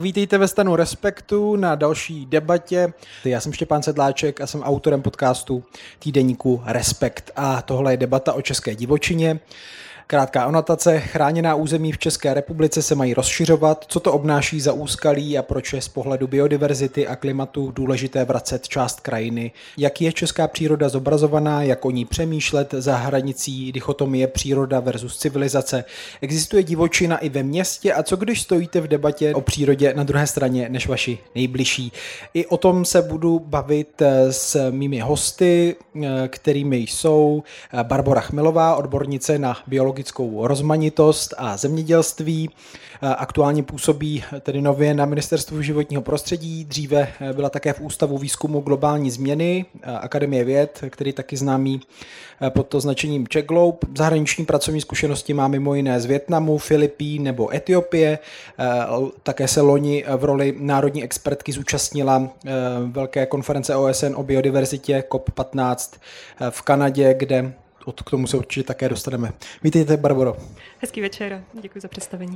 Vítejte ve Stanu Respektu na další debatě. Já jsem Štěpán Sedláček a jsem autorem podcastu týdeníku Respekt. A tohle je debata o české divočině. Krátká anotace. Chráněná území v České republice se mají rozšiřovat. Co to obnáší za úskalí a proč je z pohledu biodiverzity a klimatu důležité vracet část krajiny? Jak je česká příroda zobrazovaná, jak o ní přemýšlet za hranicí dichotomie příroda versus civilizace? Existuje divočina i ve městě a co když stojíte v debatě o přírodě na druhé straně než vaši nejbližší? I o tom se budu bavit s mými hosty, kterými jsou Barbora Chmelová, odbornice na biologickou rozmanitost a zemědělství. Aktuálně působí tedy nově na Ministerstvu životního prostředí, dříve byla také v Ústavu výzkumu globální změny Akademie věd, který taky známý pod označením Czech Globe. Zahraniční pracovní zkušenosti má mimo jiné z Vietnamu, Filipín nebo Etiopie. Také se loni v roli národní expertky zúčastnila velké konference OSN o biodiverzitě COP15 v Kanadě, kde k tomu se určitě také dostaneme. Vítejte, Barboro. Hezký večer, děkuji za představení.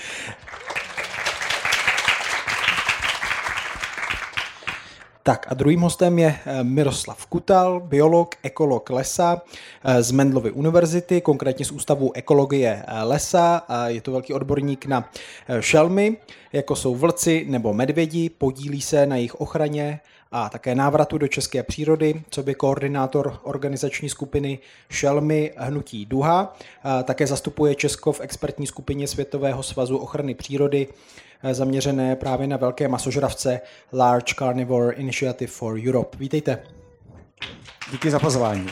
Tak a druhým hostem je Miroslav Kutal, biolog, ekolog lesa z Mendelovy univerzity, konkrétně z Ústavu ekologie lesa. A je to velký odborník na šelmy, jako jsou vlci nebo medvědi, podílí se na jejich ochraně a také návratu do české přírody, co by koordinátor organizační skupiny Šelmy Hnutí Duha. Také zastupuje Česko v expertní skupině Světového svazu ochrany přírody, zaměřené právě na velké masožravce Large Carnivore Initiative for Europe. Vítejte. Díky za pozvání.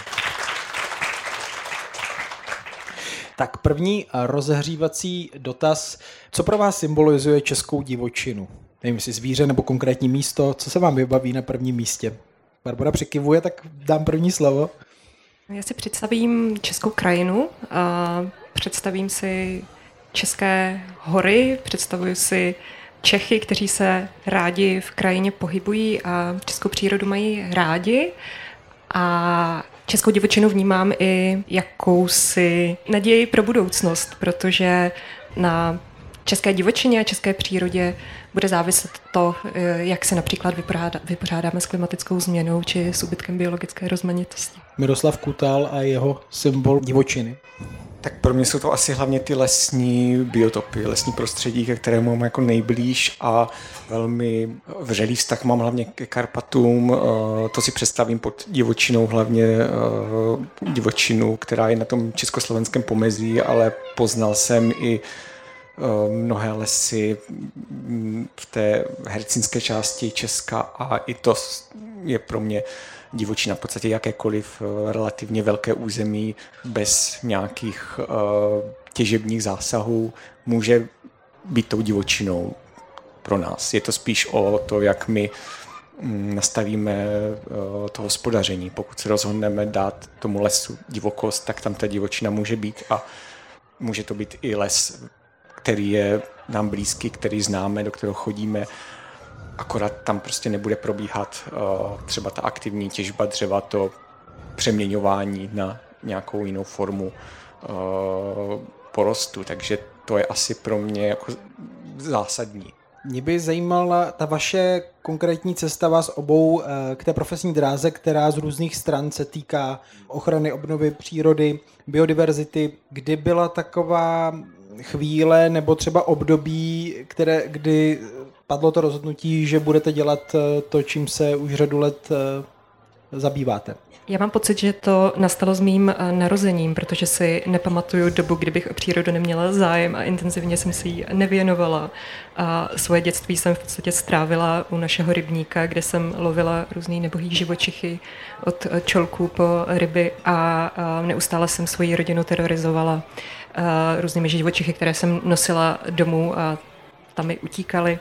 Tak první rozehřívací dotaz. Co pro vás symbolizuje českou divočinu? Nevím, jestli zvíře nebo konkrétní místo. Co se vám vybaví na prvním místě? Barbora přikivuje, tak dám první slovo. Já si představím českou krajinu a představím si české hory, představuji si Čechy, kteří se rádi v krajině pohybují a českou přírodu mají rádi. A českou divočinu vnímám i jakousi naději pro budoucnost, protože na české divočině a české přírodě bude záviset to, jak se například vypořádáme s klimatickou změnou či s úbytkem biologické rozmanitosti. Miroslav Kutal a jeho symbol divočiny. Tak pro mě jsou to asi hlavně ty lesní biotopy, lesní prostředí, ke kterému mám jako nejblíž a velmi vřelý vztah mám hlavně ke Karpatům. To si představím pod divočinou, hlavně divočinu, která je na tom československém pomezí, ale poznal jsem i mnohé lesy v té hercínské části Česka a i to je pro mě divočina. V podstatě jakékoliv relativně velké území bez nějakých těžebních zásahů může být tou divočinou pro nás. Je to spíš o to, jak my nastavíme to hospodaření. Pokud se rozhodneme dát tomu lesu divokost, tak tam ta divočina může být a může to být i les, který je nám blízký, který známe, do kterého chodíme, akorát tam prostě nebude probíhat třeba ta aktivní těžba dřeva, to přeměňování na nějakou jinou formu porostu, takže to je asi pro mě jako zásadní. Mě by zajímala ta vaše konkrétní cesta vás obou k té profesní dráze, která z různých stran se týká ochrany obnovy přírody, biodiverzity. Kdy byla taková chvíle nebo třeba období, kdy padlo to rozhodnutí, že budete dělat to, čím se už řadu let zabýváte? Já mám pocit, že to nastalo s mým narozením, protože si nepamatuju dobu, kdybych o přírodu neměla zájem a intenzivně jsem si ji nevěnovala. A svoje dětství jsem v podstatě strávila u našeho rybníka, kde jsem lovila různý nebohý živočichy od čolků po ryby a neustále jsem svoji rodinu terorizovala různými živočichy, které jsem nosila domů a tam mi utíkaly.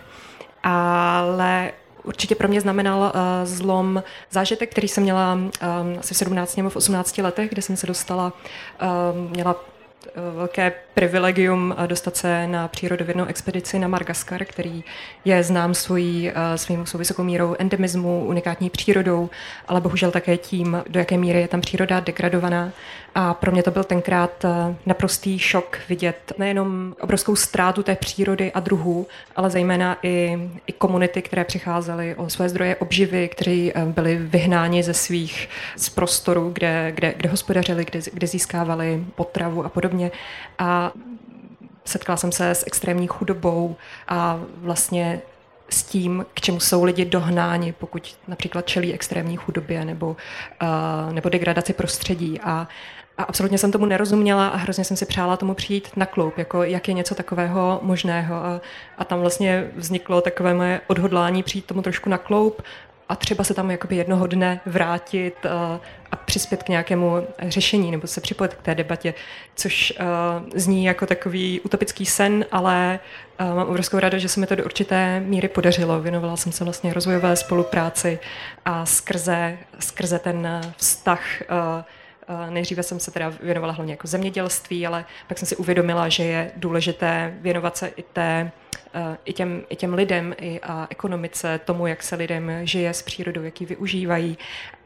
Ale určitě pro mě znamenal zlom zážitek, který jsem měla asi v 17 nebo v 18 letech, kde jsem se dostala, měla velké privilegium dostat se na přírodovědnou expedici na Madagaskar, který je znám svým vysokou mírou endemismu, unikátní přírodou, ale bohužel také tím, do jaké míry je tam příroda degradovaná. A pro mě to byl tenkrát naprostý šok vidět nejenom obrovskou ztrátu té přírody a druhů, ale zejména i komunity, které přicházely o své zdroje obživy, kteří byli vyhnáni z prostorů, kde hospodařili, kde získávali potravu a podobně. A setkala jsem se s extrémní chudobou a vlastně s tím, k čemu jsou lidi dohnáni, pokud například čelí extrémní chudobě nebo degradaci prostředí. A absolutně jsem tomu nerozuměla a hrozně jsem si přála tomu přijít na kloub, jako jak je něco takového možného. A tam vlastně vzniklo takové moje odhodlání přijít tomu trošku na kloub a třeba se tam jakoby jednoho dne vrátit a přispět k nějakému řešení nebo se připojit k té debatě, což zní jako takový utopický sen, ale mám obrovskou radost, že se mi to do určité míry podařilo. Věnovala jsem se vlastně rozvojové spolupráci a skrze ten vztah nejdříve jsem se teda věnovala hlavně jako zemědělství, ale pak jsem si uvědomila, že je důležité věnovat se i těm lidem a ekonomice, tomu, jak se lidem žije s přírodou, jak ji využívají.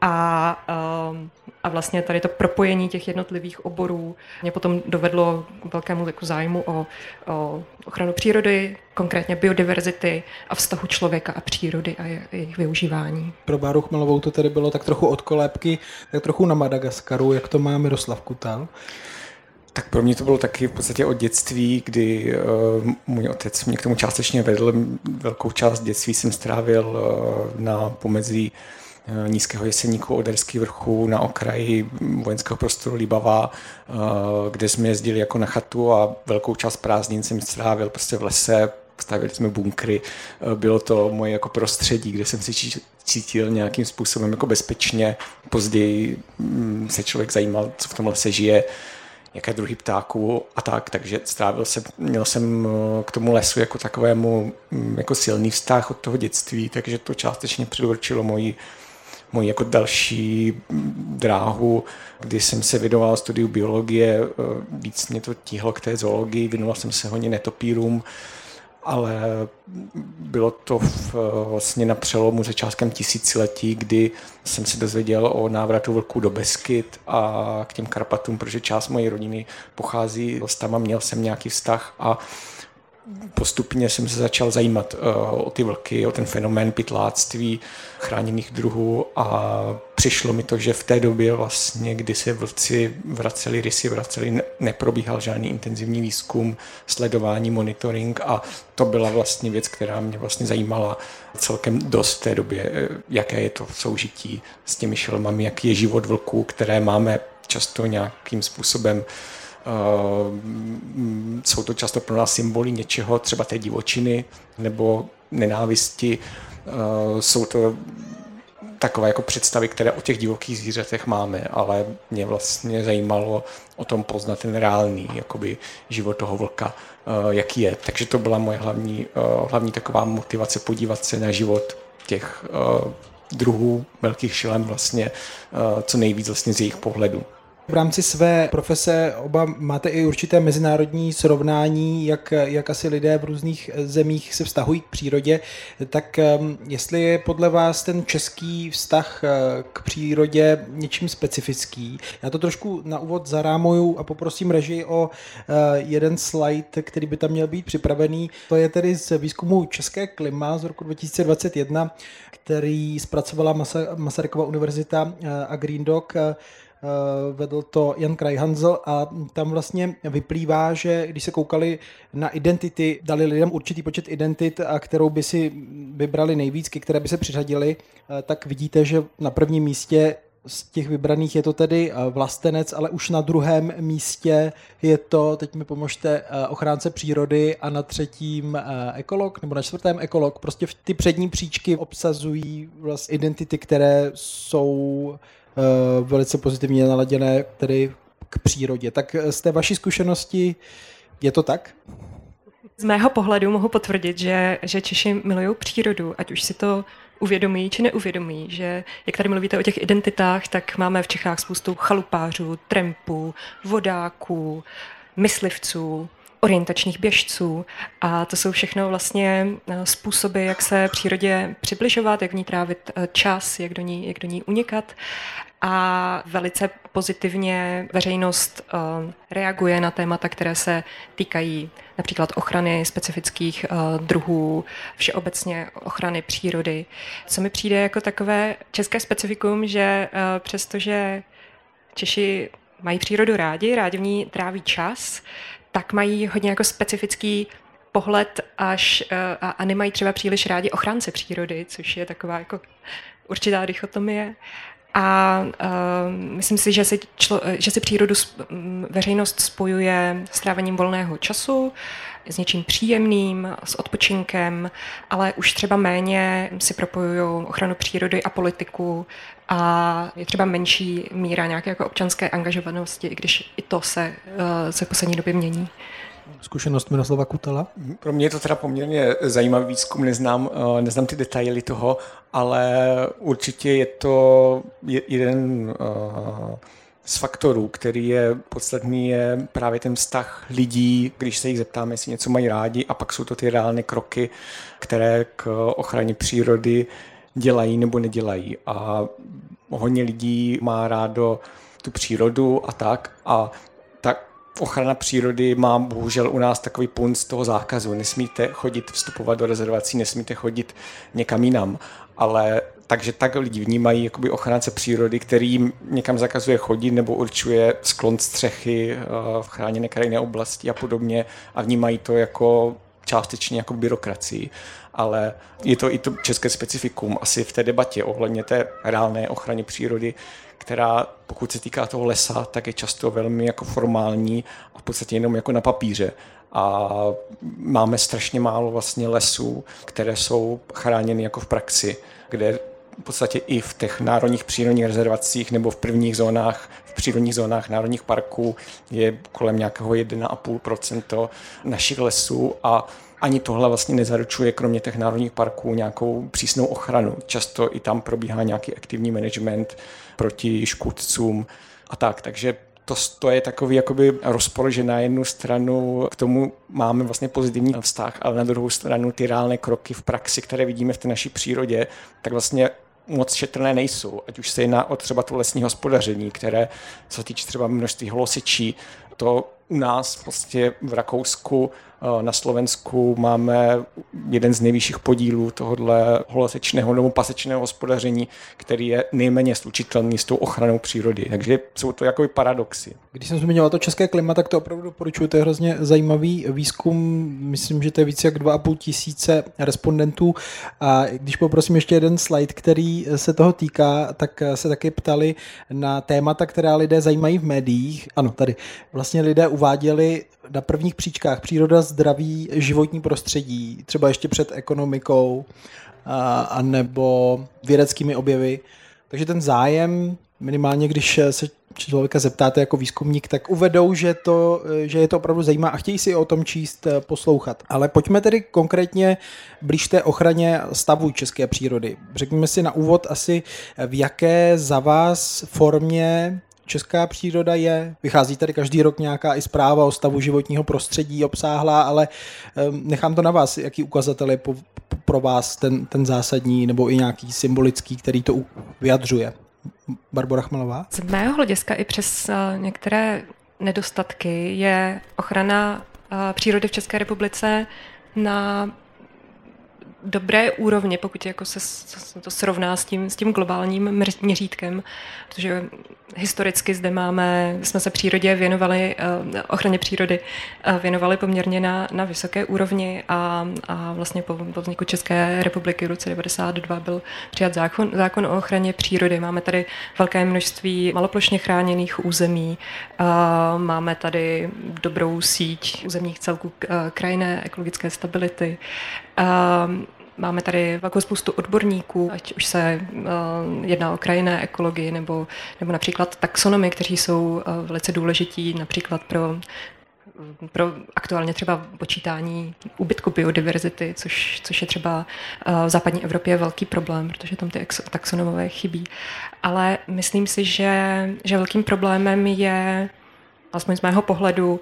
A vlastně tady to propojení těch jednotlivých oborů mě potom dovedlo k velkému jako zájmu o ochranu přírody, konkrétně biodiverzity a vztahu člověka a přírody a jejich využívání. Pro Báru Chmelovou to tedy bylo tak trochu od kolébky, tak trochu na Madagaskaru, jak to má Miroslav Kutal. Tak pro mě to bylo taky v podstatě od dětství, kdy můj otec mě k tomu částečně vedl. Velkou část dětství jsem strávil na pomezí Nízkého Jeseníku, Oderských vrchů, na okraji vojenského prostoru Libavá, kde jsme jezdili jako na chatu a velkou část prázdnin jsem strávil prostě v lese, stavili jsme bunkry. Bylo to moje jako prostředí, kde jsem si cítil nějakým způsobem jako bezpečně. Později se člověk zajímal, co v tom lese žije, jaké druhy ptáků a tak, takže měl jsem k tomu lesu jako takovému jako silný vztah od toho dětství, takže to částečně předurčilo moji jako další dráhu, kdy jsem se věnoval studiu biologie, víc mě to tíhlo k té zoologii, věnoval jsem se hodně netopírům, ale bylo to vlastně na přelomu začátkem tisíciletí, kdy jsem se dozvěděl o návratu vlků do Beskyd a k těm Karpatům, protože část mojí rodiny pochází z tam a měl jsem nějaký vztah a postupně jsem se začal zajímat o ty vlky, o ten fenomén pytláctví, chráněných druhů a přišlo mi to, že v té době vlastně, kdy se vlci rysy vraceli, neprobíhal žádný intenzivní výzkum, sledování, monitoring a to byla vlastně věc, která mě vlastně zajímala celkem dost v té době, jaké je to soužití s těmi šelmami, jaký je život vlků, které máme často nějakým způsobem. Jsou to často pro nás symboly něčeho, třeba té divočiny nebo nenávisti. Jsou to takové jako představy, které o těch divokých zvířatech máme, ale mě vlastně zajímalo o tom poznat ten reálný jakoby život toho vlka, jaký je. Takže to byla moje hlavní taková motivace podívat se na život těch druhů velkých šelem vlastně co nejvíc vlastně z jejich pohledu. V rámci své profese oba máte i určité mezinárodní srovnání, jak asi lidé v různých zemích se vztahují k přírodě, tak jestli je podle vás ten český vztah k přírodě něčím specifický. Já to trošku na úvod zarámuju a poprosím režii o jeden slide, který by tam měl být připravený. To je tedy z výzkumu České klima z roku 2021, který zpracovala Masarykova univerzita a Green Dog. Vedl to Jan Krajhansl a tam vlastně vyplývá, že když se koukali na identity, dali lidem určitý počet identit, a kterou by si vybrali nejvíc, ke které by se přiřadili, tak vidíte, že na prvním místě z těch vybraných je to tedy vlastenec, ale už na druhém místě je to, teď mi pomožte, ochránce přírody a na třetím ekolog, nebo na čtvrtém ekolog. Prostě ty přední příčky obsazují vlastně identity, které jsou velice pozitivně naladěné tedy k přírodě. Tak z té vaší zkušenosti je to tak? Z mého pohledu mohu potvrdit, že Češi milují přírodu, ať už si to uvědomí či neuvědomí, že jak tady mluvíte o těch identitách, tak máme v Čechách spoustu chalupářů, trampů, vodáků, myslivců, orientačních běžců a to jsou všechno vlastně způsoby, jak se přírodě přibližovat, jak v ní trávit čas, jak do ní unikat. A velice pozitivně veřejnost reaguje na témata, které se týkají například ochrany specifických druhů, všeobecně ochrany přírody. Co mi přijde jako takové české specifikum, že přestože Češi mají přírodu rádi v ní tráví čas, tak mají hodně jako specifický pohled a nemají třeba příliš rádi ochránce přírody, což je taková jako určitá dichotomie. A myslím si, že si přírodu veřejnost spojuje s trávením volného času, s něčím příjemným, s odpočinkem, ale už třeba méně si propojují ochranu přírody a politiku a je třeba menší míra nějaké jako občanské angažovanosti, i když i to se v poslední době mění. Zkušenost Miroslava Kutela? Pro mě je to teda poměrně zajímavý výzkum, neznám ty detaily toho, ale určitě je to jeden z faktorů, který je podstatný, je právě ten vztah lidí, když se jich zeptáme, jestli něco mají rádi, a pak jsou to ty reálné kroky, které k ochraně přírody dělají nebo nedělají. A hodně lidí má rádo tu přírodu a tak, a tak ochrana přírody má bohužel u nás takový punc toho zákazu. Nesmíte vstupovat do rezervací, nesmíte chodit někam jinam. Ale takže tak lidi vnímají jakoby ochránce přírody, který jim někam zakazuje chodit nebo určuje sklon střechy v chráněné krajinné oblasti a podobně, a vnímají to jako částečně jako byrokracii. Ale je to i to české specifikum asi v té debatě ohledně té reálné ochrany přírody, která, pokud se týká toho lesa, tak je často velmi jako formální a v podstatě jenom jako na papíře. A máme strašně málo vlastně lesů, které jsou chráněny jako v praxi, kde v podstatě i v těch národních přírodních rezervacích nebo v přírodních zónách národních parků je kolem nějakého 1,5% našich lesů, a ani tohle vlastně nezaručuje kromě těch národních parků nějakou přísnou ochranu. Často i tam probíhá nějaký aktivní management proti škůdcům a tak. Takže to je takový jakoby rozpor, že na jednu stranu k tomu máme vlastně pozitivní vztah, ale na druhou stranu ty reálné kroky v praxi, které vidíme v té naší přírodě, tak vlastně moc šetrné nejsou. Ať už se jedná o třeba to lesní hospodaření, které se týče třeba množství holosečí, to u nás vlastně v Rakousku, na Slovensku máme jeden z nejvyšších podílů tohohle holosečného nebo pasečného hospodaření, který je nejméně slučitelný s tou ochranou přírody. Takže jsou to jakoby paradoxy. Když jsem zmiňoval to české klima, tak to opravdu doporučuji, to je hrozně zajímavý výzkum. Myslím, že to je více jak 2,5 000 respondentů. A když poprosím ještě jeden slide, který se toho týká, tak se taky ptali na témata, která lidé zajímají v médiích. Ano, tady vlastně lidé uváděli na prvních příčkách příroda, zdraví, životní prostředí, třeba ještě před ekonomikou a nebo vědeckými objevy. Takže ten zájem, minimálně když se člověka zeptáte jako výzkumník, tak uvedou, že je to opravdu zajímá a chtějí si o tom číst, poslouchat. Ale pojďme tedy konkrétně blíž té ochraně stavu české přírody. Řekněme si na úvod asi, v jaké za vás formě česká příroda je. Vychází tady každý rok nějaká i zpráva o stavu životního prostředí obsáhlá, ale nechám to na vás, jaký ukazatel je pro vás ten zásadní nebo i nějaký symbolický, který to vyjadřuje. Barbora Chmelová? Z mého hlediska i přes některé nedostatky je ochrana přírody v České republice na dobré úrovně, pokud jako se to srovná s tím globálním měřítkem, protože historicky zde jsme se přírodě věnovali, ochraně přírody věnovali poměrně na vysoké úrovni a vlastně po vzniku České republiky v roce 1992 byl přijat zákon o ochraně přírody. Máme tady velké množství maloplošně chráněných území, máme tady dobrou síť územních celků krajinné ekologické stability, máme tady velkou spoustu odborníků, ať už se jedná o krajinné ekologii nebo například taxonomy, kteří jsou velice důležití například pro aktuálně třeba počítání úbytku biodiverzity, což je třeba v západní Evropě velký problém, protože tam ty taxonomové chybí. Ale myslím si, že velkým problémem je, aspoň z mého pohledu,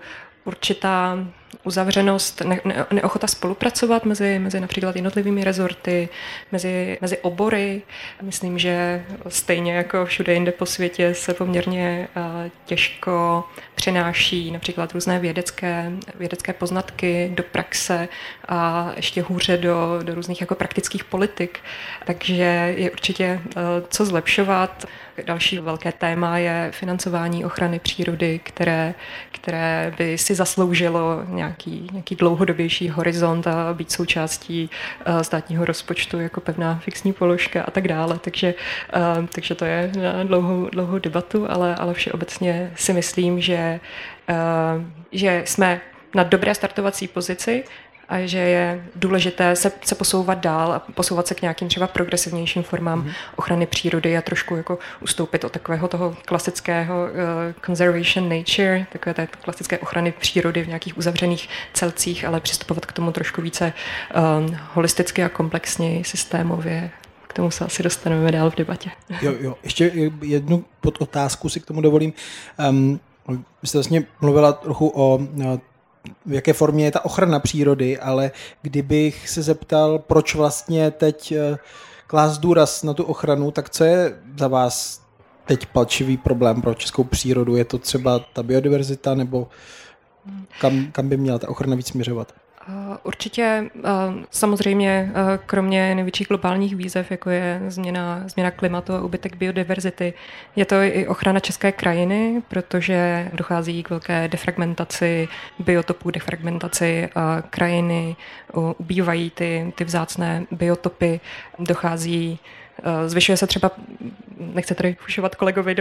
určitá uzavřenost, neochota spolupracovat mezi například jednotlivými rezorty, mezi obory. Myslím, že stejně jako všude jinde po světě se poměrně těžko přenáší například různé vědecké poznatky do praxe a ještě hůře do různých jako praktických politik. Takže je určitě co zlepšovat. Další velké téma je financování ochrany přírody, které by si zasloužilo nějaký dlouhodobější horizont a být součástí státního rozpočtu jako pevná fixní položka a tak dále. Takže to je na dlouhou debatu, ale všeobecně si myslím, že jsme na dobré startovací pozici a že je důležité se posouvat dál a posouvat se k nějakým třeba progresivnějším formám ochrany přírody a trošku jako ustoupit od takového toho klasického conservation nature, takové té klasické ochrany přírody v nějakých uzavřených celcích, ale přistupovat k tomu trošku více holisticky a komplexněji, systémově. K tomu se asi dostaneme dál v debatě. Jo. Ještě jednu podotázku si k tomu dovolím. Vy jste vlastně mluvila trochu o v jaké formě je ta ochrana přírody, ale kdybych se zeptal, proč vlastně teď klást důraz na tu ochranu, tak co je za vás teď palčivý problém pro českou přírodu? Je to třeba ta biodiverzita, nebo kam by měla ta ochrana víc směřovat? Určitě samozřejmě kromě největších globálních výzev, jako je změna klimatu a úbytek biodiverzity, je to i ochrana české krajiny, protože dochází k velké defragmentaci biotopů, defragmentaci krajiny, ubývají ty vzácné biotopy, zvyšuje se třeba, nechci tady fušovat kolegovi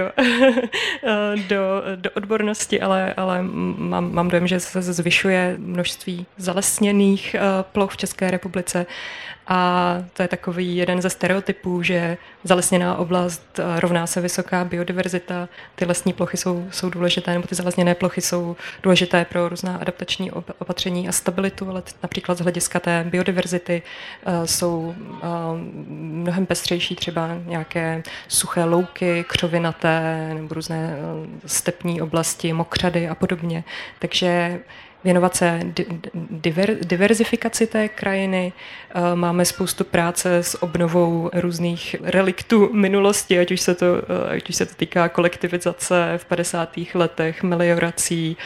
do odbornosti, ale mám dojem, že se zvyšuje množství zalesněných ploch v České republice a to je takový jeden ze stereotypů, že zalesněná oblast rovná se vysoká biodiverzita. Ty lesní plochy jsou důležité, nebo ty zalesněné plochy jsou důležité pro různá adaptační opatření a stabilitu, ale například z hlediska té biodiverzity jsou mnohem pestřejší třeba nějaké suché louky, křovinaté nebo různé stepní oblasti, mokřady a podobně. Takže věnovat se diverzifikaci té krajiny. Máme spoustu práce s obnovou různých reliktů minulosti, ať už se to týká kolektivizace v 50. letech, meliorací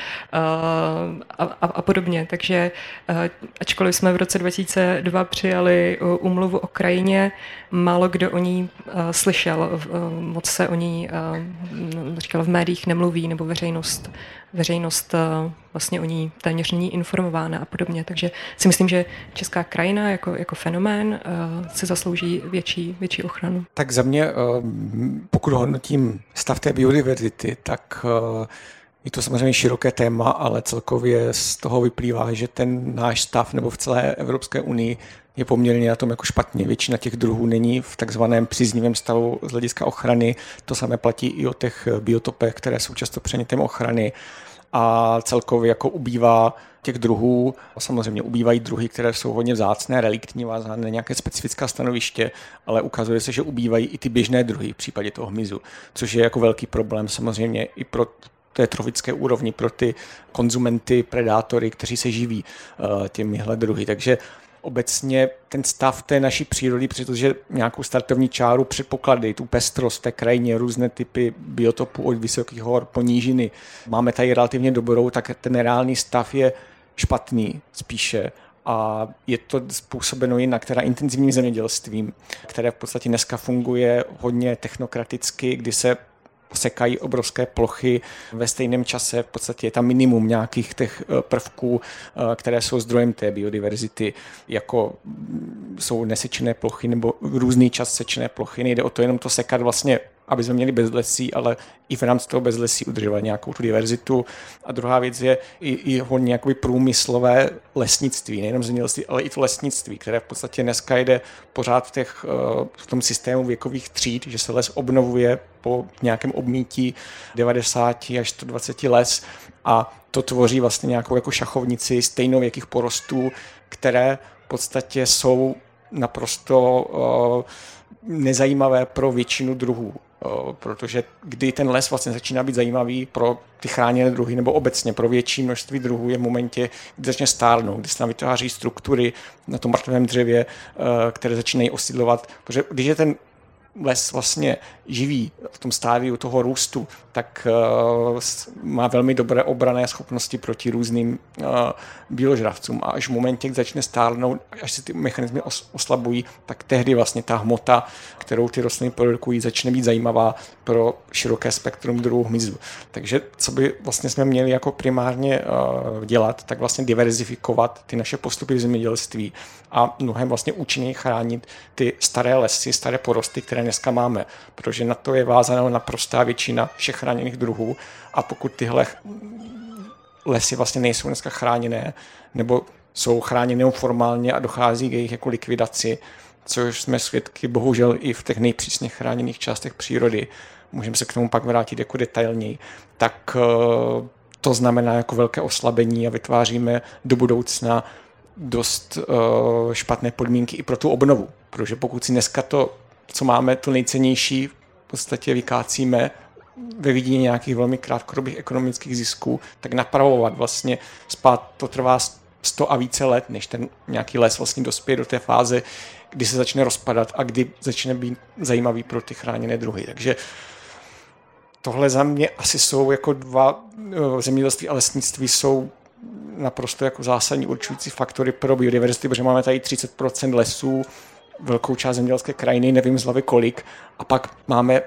a podobně. Takže ačkoliv jsme v roce 2002 přijali úmluvu o krajině, málo kdo o ní slyšel, moc se o ní říkal v médiích nemluví, nebo veřejnost vlastně o ní téměř není informována a podobně. Takže si myslím, že česká krajina jako fenomén si zaslouží větší ochranu. Tak za mě, pokud hodnotím stav té biodiverzity, tak je to samozřejmě široké téma, ale celkově z toho vyplývá, že ten náš stav nebo v celé Evropské unii je poměrně na tom jako špatně. Většina těch druhů není v takzvaném příznivém stavu z hlediska ochrany. To samé platí i o těch biotopech, které jsou často předmětem ochrany. A celkově jako ubývá těch druhů. Samozřejmě ubývají druhy, které jsou hodně vzácné, reliktní, vázané na nějaké specifická stanoviště, ale ukazuje se, že ubývají i ty běžné druhy v případě toho hmyzu, což je jako velký problém samozřejmě i pro té trofické úrovni, pro ty konzumenty, predátory, kteří se živí těmihle druhy. Takže obecně ten stav té naší přírody, protože nějakou startovní čáru předpoklady, tu pestrost v té krajině, různé typy biotopů od vysokých hor po nížiny, máme tady relativně dobrou, tak ten reálný stav je špatný spíše. A je to způsobeno jinak, teda intenzivním zemědělstvím, které v podstatě dneska funguje hodně technokraticky, kdy se sekají obrovské plochy ve stejném čase, v podstatě je tam minimum nějakých těch prvků, které jsou zdrojem té biodiverzity, jako jsou nesečené plochy nebo různý čas sečené plochy. Nejde o to jenom to sekat vlastně, aby jsme měli bezlesí, ale i v rámci toho bezlesí udržovat nějakou tu diverzitu. A druhá věc je i hodně jakoby průmyslové lesnictví, nejenom zemědělství, ale i to lesnictví, které v podstatě dneska jde pořád v tom systému věkových tříd, že se les obnovuje po nějakém obmítí 90 až 120 les a to tvoří vlastně nějakou jako šachovnici stejnověkých porostů, které v podstatě jsou naprosto nezajímavé pro většinu druhů. protože kdy ten les vlastně začíná být zajímavý pro ty chráněné druhy nebo obecně pro větší množství druhů je v momentě, kdy začne stárnout, kdy se tam vytváří struktury na tom mrtvém dřevě, které začínají osidlovat, protože když je ten les vlastně živý v tom stádiu toho růstu, tak má velmi dobré obranné schopnosti proti různým býložravcům. A až v momentě, kdy začne stárnout, až se ty mechanismy oslabují, tak tehdy vlastně ta hmota, kterou ty rostliny produkují, začne být zajímavá pro široké spektrum druhů hmyzu. Takže co by vlastně jsme měli jako primárně dělat, tak vlastně diverzifikovat ty naše postupy v zemědělství a mnohem vlastně účinněji chránit ty staré lesy, staré porosty, které dneska máme, protože na to je vázaná naprostá většina všech chráněných druhů a pokud tyhle lesy vlastně nejsou dneska chráněné nebo jsou chráněné formálně a dochází k jejich jako likvidaci, což jsme svědky bohužel i v těch nejpřísně chráněných částech přírody, můžeme se k tomu pak vrátit jako detailněji, tak to znamená jako velké oslabení a vytváříme do budoucna dost špatné podmínky i pro tu obnovu, protože pokud si dneska to, co máme, to nejcennější v podstatě vykácíme ve vidění nějakých velmi krátkodobých ekonomických zisků, tak napravovat vlastně spát to trvá 100 a více let, než ten nějaký les vlastně dospěje do té fáze, kdy se začne rozpadat a kdy začne být zajímavý pro ty chráněné druhy. Takže tohle za mě asi jsou jako dva zemědělství a lesnictví jsou naprosto jako zásadní určující faktory pro biodiverzitu, protože máme tady 30% lesů, velkou část zemědělské krajiny, nevím z hlavy kolik, a pak máme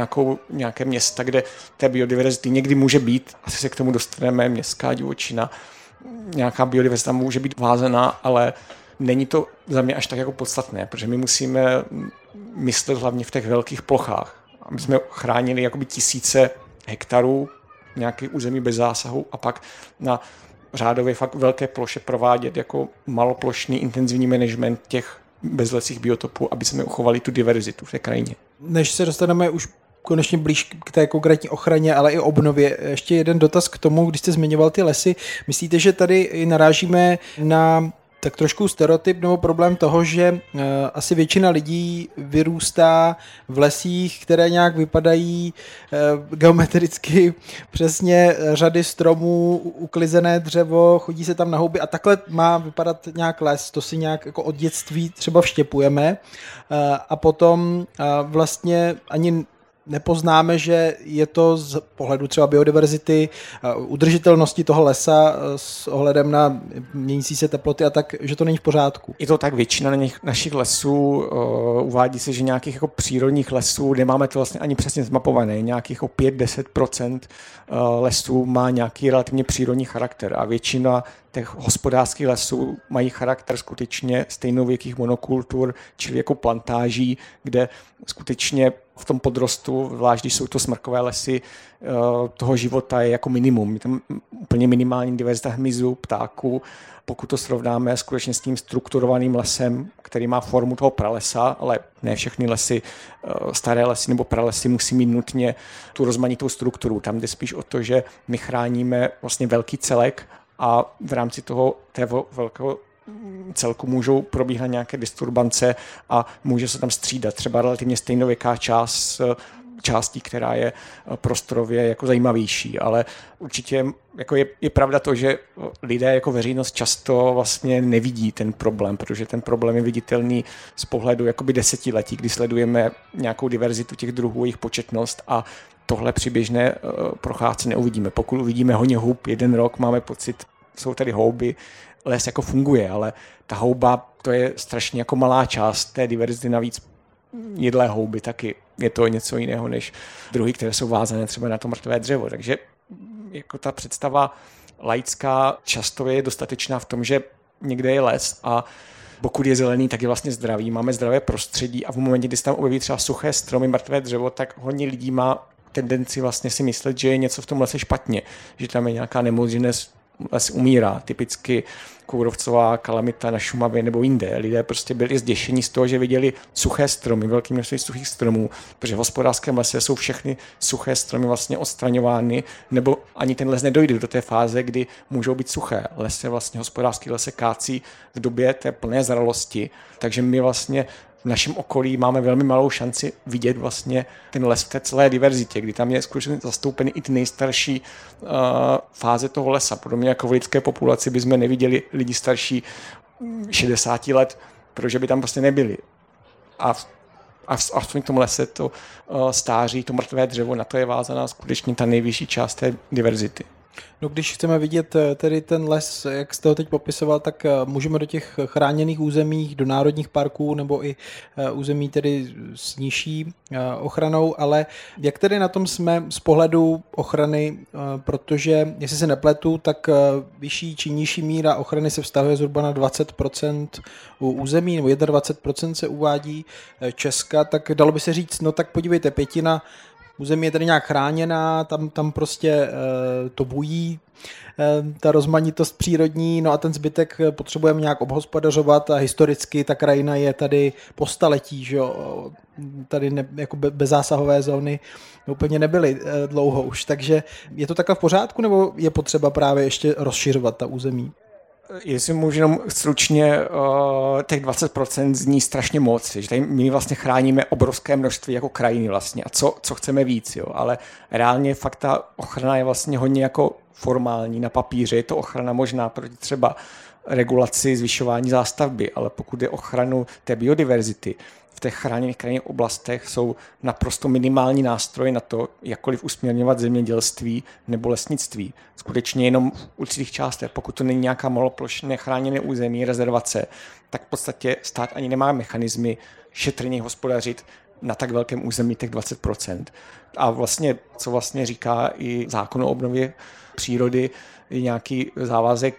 nějaké města, kde té biodiverzity někdy může být, asi se k tomu dostaneme, městská divočina, nějaká biodiverzita může být vázaná, ale není to za mě až tak jako podstatné, protože my musíme myslet hlavně v těch velkých plochách. My jsme chránili jakoby tisíce hektarů nějaký území bez zásahu a pak na řádově fakt velké ploše provádět jako maloplošný intenzivní management těch bezlesých biotopů, aby jsme uchovali tu diverzitu v té krajině. Než se dostaneme už konečně blíž k té konkrétní ochraně, ale i obnově, ještě jeden dotaz k tomu, když jste zmiňoval ty lesy. Myslíte, že tady narážíme na tak trošku stereotyp nebo problém toho, že asi většina lidí vyrůstá v lesích, které nějak vypadají geometricky přesně řady stromů, uklizené dřevo, chodí se tam na houby a takhle má vypadat nějak les, to si nějak jako od dětství třeba vštěpujeme a potom vlastně ani nepoznáme, že je to z pohledu třeba biodiverzity, udržitelnosti toho lesa s ohledem na měnící se teploty a tak, že to není v pořádku. Je to tak, většina našich lesů uvádí se, že nějakých jako přírodních lesů, nemáme to vlastně ani přesně zmapované, nějakých jako 5-10% lesů má nějaký relativně přírodní charakter a většina těch hospodářských lesů mají charakter skutečně stejnověkých monokultur, čili jako plantáží, kde skutečně v tom podrostu, zvlášť když jsou to smrkové lesy, toho života je jako minimum. Je tam úplně minimální diverzita hmyzu, ptáků. Pokud to srovnáme skutečně s tím strukturovaným lesem, který má formu toho pralesa, ale ne všechny lesy, staré lesy nebo pralesy musí mít nutně tu rozmanitou strukturu. Tam jde spíš o to, že my chráníme vlastně velký celek a v rámci toho velkého celku můžou probíhat nějaké disturbance a může se tam střídat třeba relativně stejnověká částí, která je prostorově jako zajímavější, ale určitě jako je pravda to, že lidé jako veřejnost často vlastně nevidí ten problém, protože ten problém je viditelný z pohledu jakoby desetiletí, kdy sledujeme nějakou diverzitu těch druhů, jejich početnost a tohle při běžné procházce neuvidíme. Pokud uvidíme hodně hub jeden rok, máme pocit, jsou tady houby, les jako funguje, ale ta houba, to je strašně jako malá část té diverzity, navíc jedlé houby taky je to něco jiného než druhy, které jsou vázané třeba na to mrtvé dřevo. Takže jako ta představa laická často je dostatečná v tom, že někde je les a pokud je zelený, tak je vlastně zdravý, máme zdravé prostředí a v momentě, kdy se tam objeví třeba suché stromy, mrtvé dřevo, tak hodně lidí má tendenci vlastně si myslet, že je něco v tom lese špatně, že tam je nějaká nemoc, že les umírá, typicky kůrovcová kalamita na Šumavě nebo jinde. Lidé prostě byli zděšení z toho, že viděli suché stromy, velké množství suchých stromů, protože v hospodářském lese jsou všechny suché stromy vlastně odstraňovány, nebo ani ten les nedojde do té fáze, kdy můžou být suché. Hospodářský les se kácí v době té plné zralosti, takže my vlastně v našem okolí máme velmi malou šanci vidět vlastně ten les v té celé diverzitě, kdy tam je skutečně zastoupený i ty nejstarší fáze toho lesa. Podobně jako v lidské populaci bychom neviděli lidi starší 60 let, protože by tam prostě nebyli. A v tom lese to stáří, to mrtvé dřevo, na to je vázaná skutečně ta nejvyšší část té diverzity. No, když chceme vidět tedy ten les, jak jste ho teď popisoval, tak můžeme do těch chráněných území, do národních parků nebo i území tedy s nižší ochranou, ale jak tedy na tom jsme z pohledu ochrany, protože, jestli se nepletu, tak vyšší či nižší míra ochrany se vztahuje zhruba na 20% u území, nebo 21% se uvádí Česka, tak dalo by se říct, no tak podívejte, pětina území je tady nějak chráněná, tam prostě to bují, ta rozmanitost přírodní, no a ten zbytek potřebujeme nějak obhospodařovat a historicky ta krajina je tady po staletí, že jo, tady jako bezzásahové zóny úplně nebyly dlouho už, takže je to takhle v pořádku, nebo je potřeba právě ještě rozšiřovat ta území? Jestli můžu jenom stručně, těch 20% zní strašně moc, že tady my vlastně chráníme obrovské množství jako krajiny vlastně a co chceme víc, jo, ale reálně fakt ta ochrana je vlastně hodně jako formální na papíře, je to ochrana možná proti třeba regulaci zvyšování zástavby, ale pokud je ochranu té biodiverzity, v těch chráněných krajinných oblastech jsou naprosto minimální nástroje na to, jakkoliv usměrňovat zemědělství nebo lesnictví. Skutečně jenom v určitých částech, pokud to není nějaká maloplošné chráněné území, rezervace, tak v podstatě stát ani nemá mechanismy šetrně hospodařit na tak velkém území těch 20%. A vlastně, co vlastně říká i zákon o obnově přírody, je nějaký závazek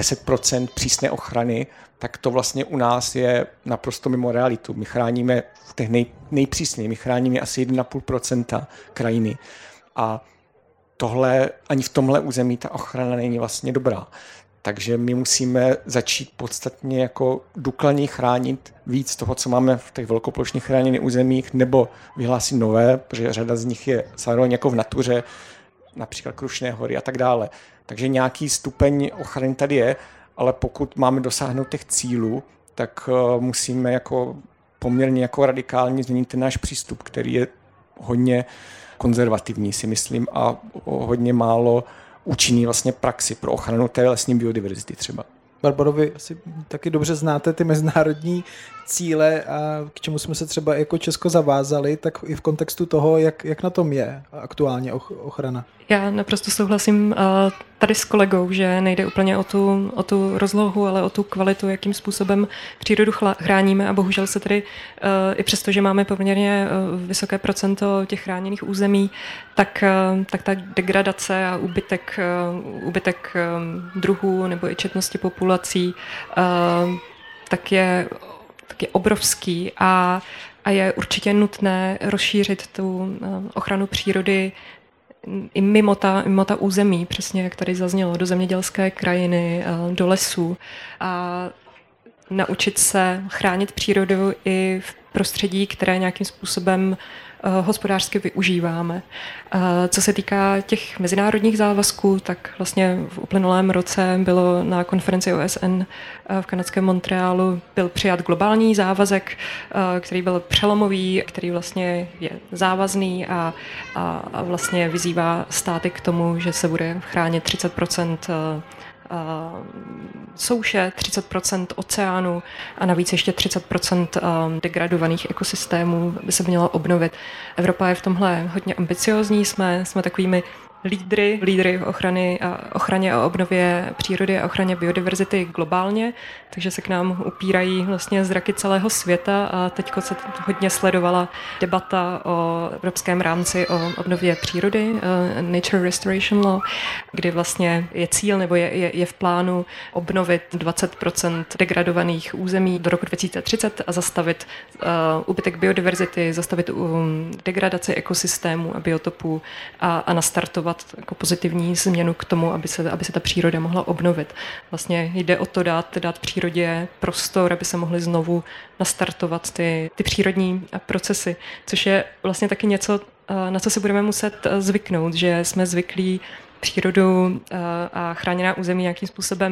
10% přísné ochrany, tak to vlastně u nás je naprosto mimo realitu. My chráníme v těch nejpřísněji, my chráníme asi 1,5% krajiny. A tohle, ani v tomhle území ta ochrana není vlastně dobrá. Takže my musíme začít podstatně jako důkladně chránit víc toho, co máme v těch velkoplošných chráněných územích, nebo vyhlásit nové, protože řada z nich je zároveň jako v natuře, například Krušné hory a tak dále. Takže nějaký stupeň ochrany tady je, ale pokud máme dosáhnout těch cílů, tak musíme jako poměrně jako radikálně změnit ten náš přístup, který je hodně konzervativní, si myslím, a hodně málo účinný vlastně praxi pro ochranu té lesní biodiverzity třeba. Barbaro, vy asi taky dobře znáte ty mezinárodní cíle a k čemu jsme se třeba jako Česko zavázali, tak i v kontextu toho, jak na tom je aktuálně ochrana. Já naprosto souhlasím tady s kolegou, že nejde úplně o tu rozlohu, ale o tu kvalitu, jakým způsobem přírodu chráníme a bohužel se tedy i přesto, že máme poměrně vysoké procento těch chráněných území, tak ta degradace a úbytek druhů nebo i četnosti populací tak je obrovský a je určitě nutné rozšířit tu ochranu přírody i mimo ta území, přesně jak tady zaznělo, do zemědělské krajiny, do lesů a naučit se chránit přírodu i v prostředí, které nějakým způsobem hospodářsky využíváme. Co se týká těch mezinárodních závazků, tak vlastně v uplynulém roce bylo na konferenci OSN v kanadském Montrealu byl přijat globální závazek, který byl přelomový, který vlastně je závazný a vlastně vyzývá státy k tomu, že se bude chránit 30% souše, 30% oceánu a navíc ještě 30% degradovaných ekosystémů by se mělo obnovit. Evropa je v tomhle hodně ambiciózní, jsme takovými lídry v ochraně a obnově přírody a ochraně biodiverzity globálně, takže se k nám upírají vlastně zraky celého světa a teď se hodně sledovala debata o evropském rámci o obnově přírody, Nature Restoration Law, kdy vlastně je cíl nebo je v plánu obnovit 20% degradovaných území do roku 2030 a zastavit úbytek biodiverzity, zastavit degradaci ekosystémů a biotopů a nastartovat jako pozitivní změnu k tomu, aby se ta příroda mohla obnovit. Vlastně jde o to dát přírodě prostor, aby se mohly znovu nastartovat ty přírodní procesy, což je vlastně taky něco, na co si budeme muset zvyknout, že jsme zvyklí přírodu a chráněná území nějakým způsobem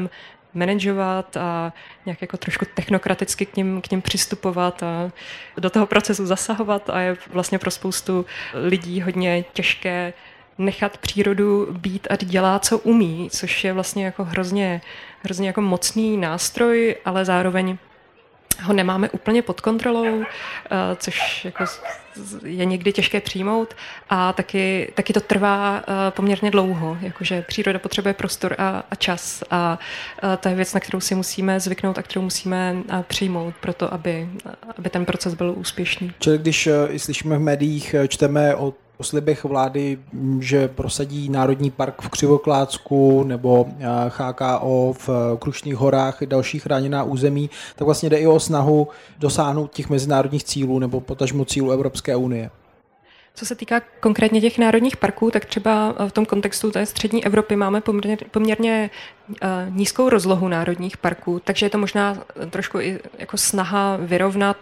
manažovat a nějak jako trošku technokraticky k ním přistupovat a do toho procesu zasahovat a je vlastně pro spoustu lidí hodně těžké nechat přírodu být, ať dělá, co umí, což je vlastně jako hrozně jako mocný nástroj, ale zároveň ho nemáme úplně pod kontrolou, což jako je někdy těžké přijmout a taky to trvá poměrně dlouho, jakože příroda potřebuje prostor a čas a to je věc, na kterou si musíme zvyknout a kterou musíme přijmout proto, aby ten proces byl úspěšný. Čili když slyšíme v médiích, čteme o slibech vlády, že prosadí Národní park v Křivoklátsku nebo HKO v Krušných horách i další chráněná území, tak vlastně jde i o snahu dosáhnout těch mezinárodních cílů nebo potažmo cílů Evropské unie. Co se týká konkrétně těch národních parků, tak třeba v tom kontextu té střední Evropy máme poměrně nízkou rozlohu národních parků, takže je to možná trošku i jako snaha vyrovnat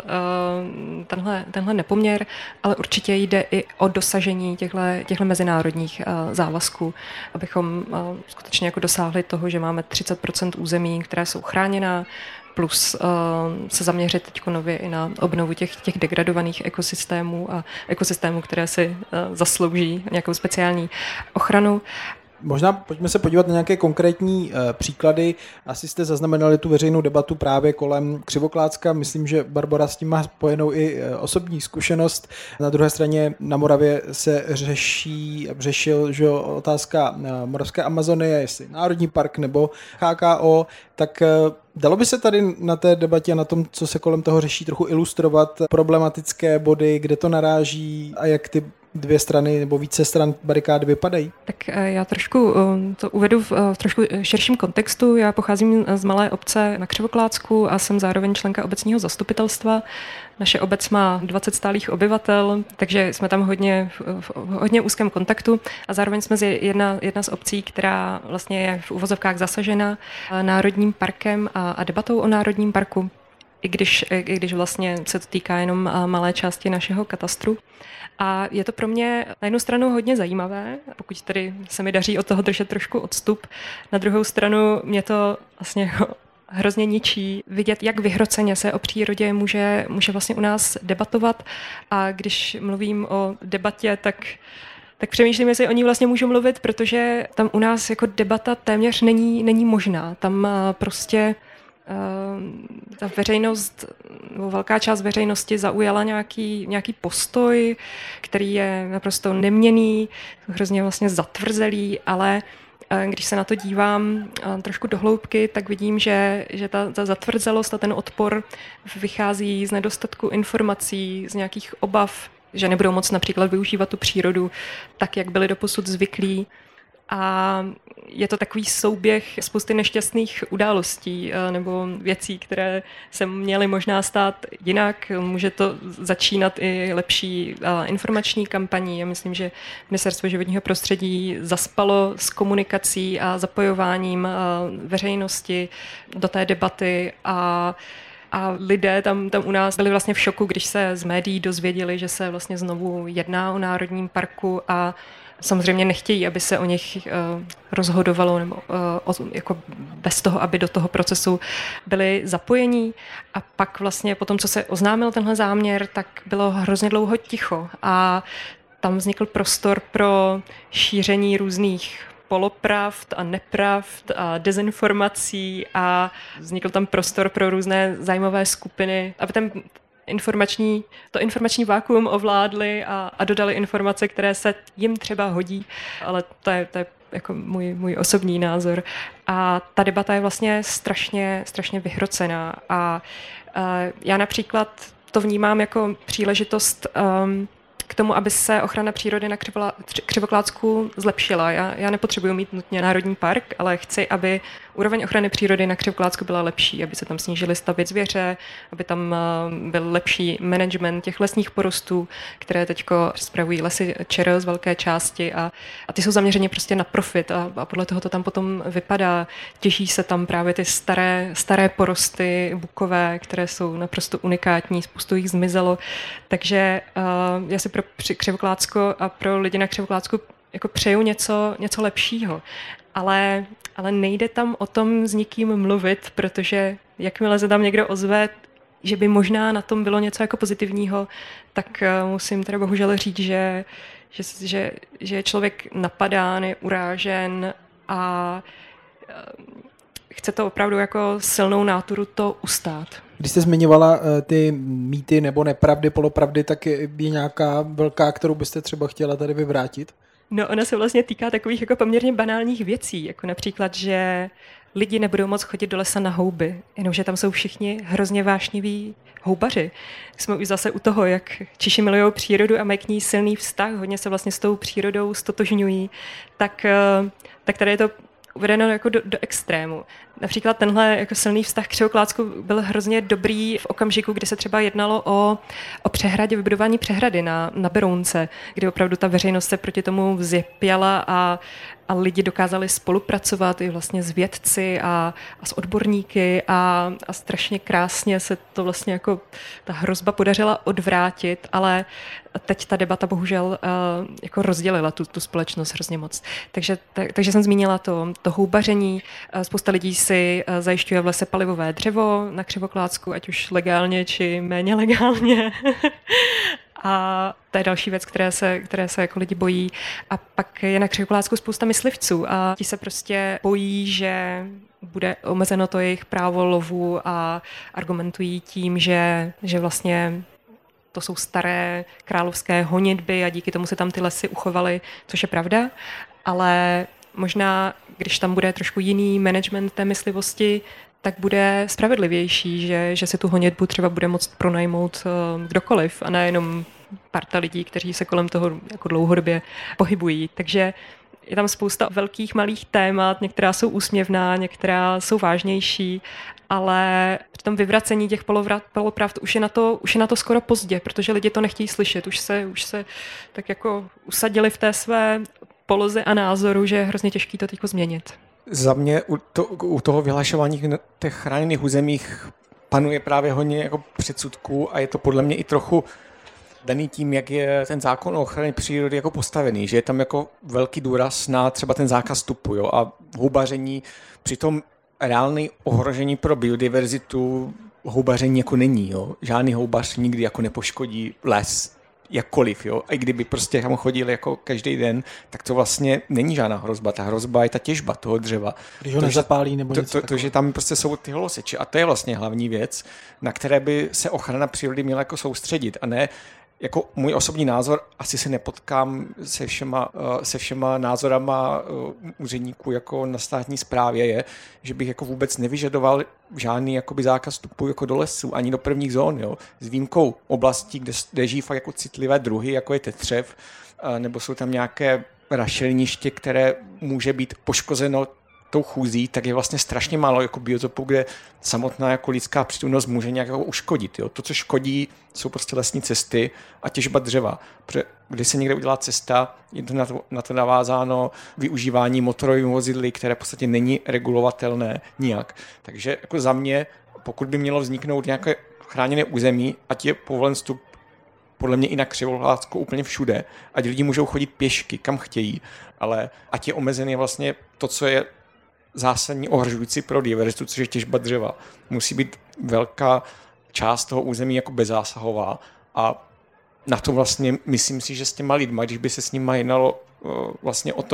tenhle nepoměr, ale určitě jde i o dosažení těchto mezinárodních závazků, abychom skutečně jako dosáhli toho, že máme 30% území, které jsou chráněná, plus se zaměřit teď nově i na obnovu těch degradovaných ekosystémů a ekosystémů, které si zaslouží nějakou speciální ochranu. Možná pojďme se podívat na nějaké konkrétní příklady. Asi jste zaznamenali tu veřejnou debatu právě kolem Křivoklácka. Myslím, že Barbora s tím má spojenou i osobní zkušenost. Na druhé straně na Moravě se řešil, že otázka moravské Amazonie, jestli národní park nebo HKO, tak dalo by se tady na té debatě a na tom, co se kolem toho řeší, trochu ilustrovat problematické body, kde to naráží a jak ty dvě strany nebo více stran barikády vypadají? Tak já trošku to uvedu v trošku širším kontextu. Já pocházím z malé obce na Křivoklátsku a jsem zároveň členka obecního zastupitelstva. Naše obec má 20 stálých obyvatel, takže jsme tam v hodně úzkém kontaktu a zároveň jsme jedna z obcí, která vlastně je v uvozovkách zasažena národním parkem a debatou o národním parku, i když vlastně se to týká jenom malé části našeho katastru. A je to pro mě na jednu stranu hodně zajímavé, pokud tedy se mi daří od toho držet trošku odstup. Na druhou stranu mě to vlastně hrozně ničí vidět, jak vyhroceně se o přírodě může vlastně u nás debatovat. A když mluvím o debatě, tak přemýšlím, jestli o ní vlastně můžu mluvit, protože tam u nás jako debata téměř není možná. Tam prostě ta veřejnost, nebo velká část veřejnosti zaujala nějaký postoj, který je naprosto neměnný, hrozně vlastně zatvrzelý, ale když se na to dívám trošku do hloubky, tak vidím, že ta zatvrdzelost a ten odpor vychází z nedostatku informací, z nějakých obav, že nebudou moct například využívat tu přírodu tak, jak byli doposud zvyklí. A je to takový souběh spousty nešťastných událostí nebo věcí, které se měly možná stát jinak. Může to začínat i lepší informační kampaní. Já myslím, že Ministerstvo životního prostředí zaspalo s komunikací a zapojováním veřejnosti do té debaty a lidé tam u nás byli vlastně v šoku, když se z médií dozvěděli, že se vlastně znovu jedná o národním parku a samozřejmě nechtějí, aby se o nich rozhodovalo nebo jako bez toho, aby do toho procesu byli zapojení. A pak vlastně po tom, co se oznámil tenhle záměr, tak bylo hrozně dlouho ticho a tam vznikl prostor pro šíření různých polopravd a nepravd a dezinformací a vznikl tam prostor pro různé zájmové skupiny, aby to informační vákuum ovládli a dodali informace, které se jim třeba hodí, ale to je jako můj osobní názor. A ta debata je vlastně strašně vyhrocená a já například to vnímám jako příležitost k tomu, aby se ochrana přírody na Křivoklátsku zlepšila. Já nepotřebuji mít nutně národní park, ale chci, aby úroveň ochrany přírody na Křivoklátsku byla lepší, aby se tam snížily stavy zvěře, aby tam byl lepší management těch lesních porostů, které teďko spravují Lesy ČR z velké části a ty jsou zaměřeni prostě na profit a podle toho to tam potom vypadá. Těží se tam právě ty staré porosty bukové, které jsou naprosto unikátní, spoustu jich zmizelo. Takže já si pro Křivoklátsko a pro lidi na Křivoklátsku jako přeju něco lepšího. ale nejde tam o tom s nikým mluvit, protože jakmile se tam někdo ozve, že by možná na tom bylo něco jako pozitivního, tak musím teda bohužel říct, že je člověk napadán, je urážen a chce to opravdu jako silnou náturu to ustát. Když jste zmiňovala ty mýty nebo nepravdy, polopravdy, tak je nějaká velká, kterou byste třeba chtěla tady vyvrátit? No, ona se vlastně týká takových jako poměrně banálních věcí, jako například, že lidi nebudou moc chodit do lesa na houby, jenomže tam jsou všichni hrozně vášniví houbaři. Jsme už zase u toho, jak Češi milují přírodu a mají k ní silný vztah, hodně se vlastně s tou přírodou stotožňují, tak tady je to uvedeno jako do extrému. Například tenhle jako silný vztah k Křivoklátsku byl hrozně dobrý v okamžiku, kdy se třeba jednalo o přehradě, vybudování přehrady na Berounce, kdy opravdu ta veřejnost se proti tomu vzjepěla a lidi dokázali spolupracovat i vlastně s vědci a s odborníky a strašně krásně se to vlastně jako ta hrozba podařila odvrátit, ale teď ta debata bohužel jako rozdělila tu společnost hrozně moc. Takže jsem zmínila to houbaření. Spousta lidí si zajišťuje v lese palivové dřevo na Křivoklátsku, ať už legálně či méně legálně. A to je další věc, které se jako lidi bojí. A pak je na Křivoklátsku spousta myslivců a ti se prostě bojí, že bude omezeno to jejich právo lovu a argumentují tím, že vlastně to jsou staré královské honitby a díky tomu se tam ty lesy uchovaly, což je pravda, ale možná, když tam bude trošku jiný management té myslivosti, tak bude spravedlivější, že si tu honitbu třeba bude moct pronajmout kdokoliv a nejenom parta lidí, kteří se kolem toho jako dlouhodobě pohybují. Takže je tam spousta velkých, malých témat, některá jsou úsměvná, některá jsou vážnější, ale při tom vyvracení těch polopravd už je na to skoro pozdě, protože lidi to nechtějí slyšet, už se tak jako usadili v té své poloze a názoru, že je hrozně těžký to teďko změnit. Za mě u toho vyhlašování v těch chráněných územích panuje právě hodně jako předsudků a je to podle mě i trochu daný tím, jak je ten zákon o ochraně přírody jako postavený, že je tam jako velký důraz na třeba ten zákaz vstupu, jo, a houbaření, přitom reálný ohrožení pro biodiverzitu houbaření jako není, jo. Žádný houbař nikdy jako nepoškodí les, jakkoliv, jo. A i kdyby prostě tam chodili jako každý den, tak to vlastně není žádná hrozba. Ta hrozba je ta těžba toho dřeva. Když ho nezapálí nebo něco to, že tam prostě jsou ty holoseče. A to je vlastně hlavní věc, na které by se ochrana přírody měla jako soustředit. A ne, jako můj osobní názor, asi se nepotkám se všema názorama úředníků jako na státní správě, je, že bych jako vůbec nevyžadoval žádný jakoby zákaz vstupu jako do lesů, ani do prvních zón, jo. S výjimkou oblastí, kde žijí fakt jako citlivé druhy, jako je tetřev, nebo jsou tam nějaké rašeliniště, které může být poškozeno tou chůzí, tak je vlastně strašně málo jako biotopů, kde samotná jako lidská přítomnost může nějak jako uškodit. Jo. To, co škodí, jsou prostě lesní cesty a těžba dřeva. Protože když se někde udělá cesta, je to na to navázáno využívání motorovými vozidly, které v podstatě není regulovatelné nijak. Takže jako za mě, pokud by mělo vzniknout nějaké chráněné území, ať je povolen vstup podle mě i na Křivoklátsku úplně všude, ať lidi můžou chodit pěšky, kam chtějí, ale ať je omezený vlastně to, co je zásadní ohrožující pro diverzitu, což je těžba dřeva. Musí být velká část toho území jako bezzásahová a na to vlastně myslím si, že s těma lidma, když by se s nima jednalo vlastně o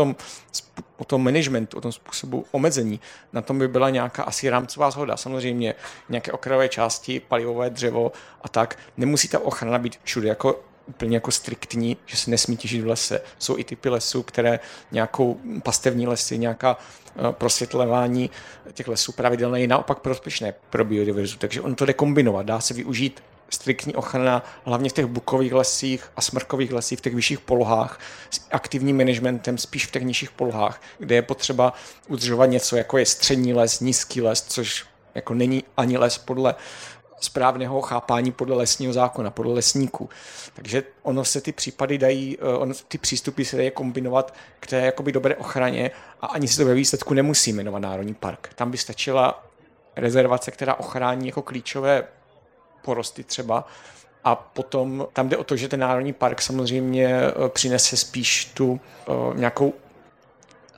tom managementu, o tom způsobu omezení, na tom by byla nějaká asi rámcová shoda. Samozřejmě nějaké okrajové části, palivové dřevo a tak. Nemusí ta ochrana být všude jako úplně jako striktní, že se nesmí těžit v lese. Jsou i typy lesů, které nějakou pastevní lesy, nějaká prosvětlování těch lesů pravidelné je naopak prospěšné pro biodiverzitu. Takže on to jde kombinovat. Dá se využít striktní ochrana hlavně v těch bukových lesích a smrkových lesích v těch vyšších polohách s aktivním managementem spíš v těch nižších polohách, kde je potřeba udržovat něco, jako je střední les, nízký les, což jako není ani les podle správného chápání podle lesního zákona, podle lesníků. Takže ono se ty případy dají, ty přístupy se dají kombinovat k té jakoby dobré ochraně a ani se to ve výsledku nemusí jmenovat národní park. Tam by stačila rezervace, která ochrání jako klíčové porosty třeba a potom tam jde o to, že ten národní park samozřejmě přinese spíš tu nějakou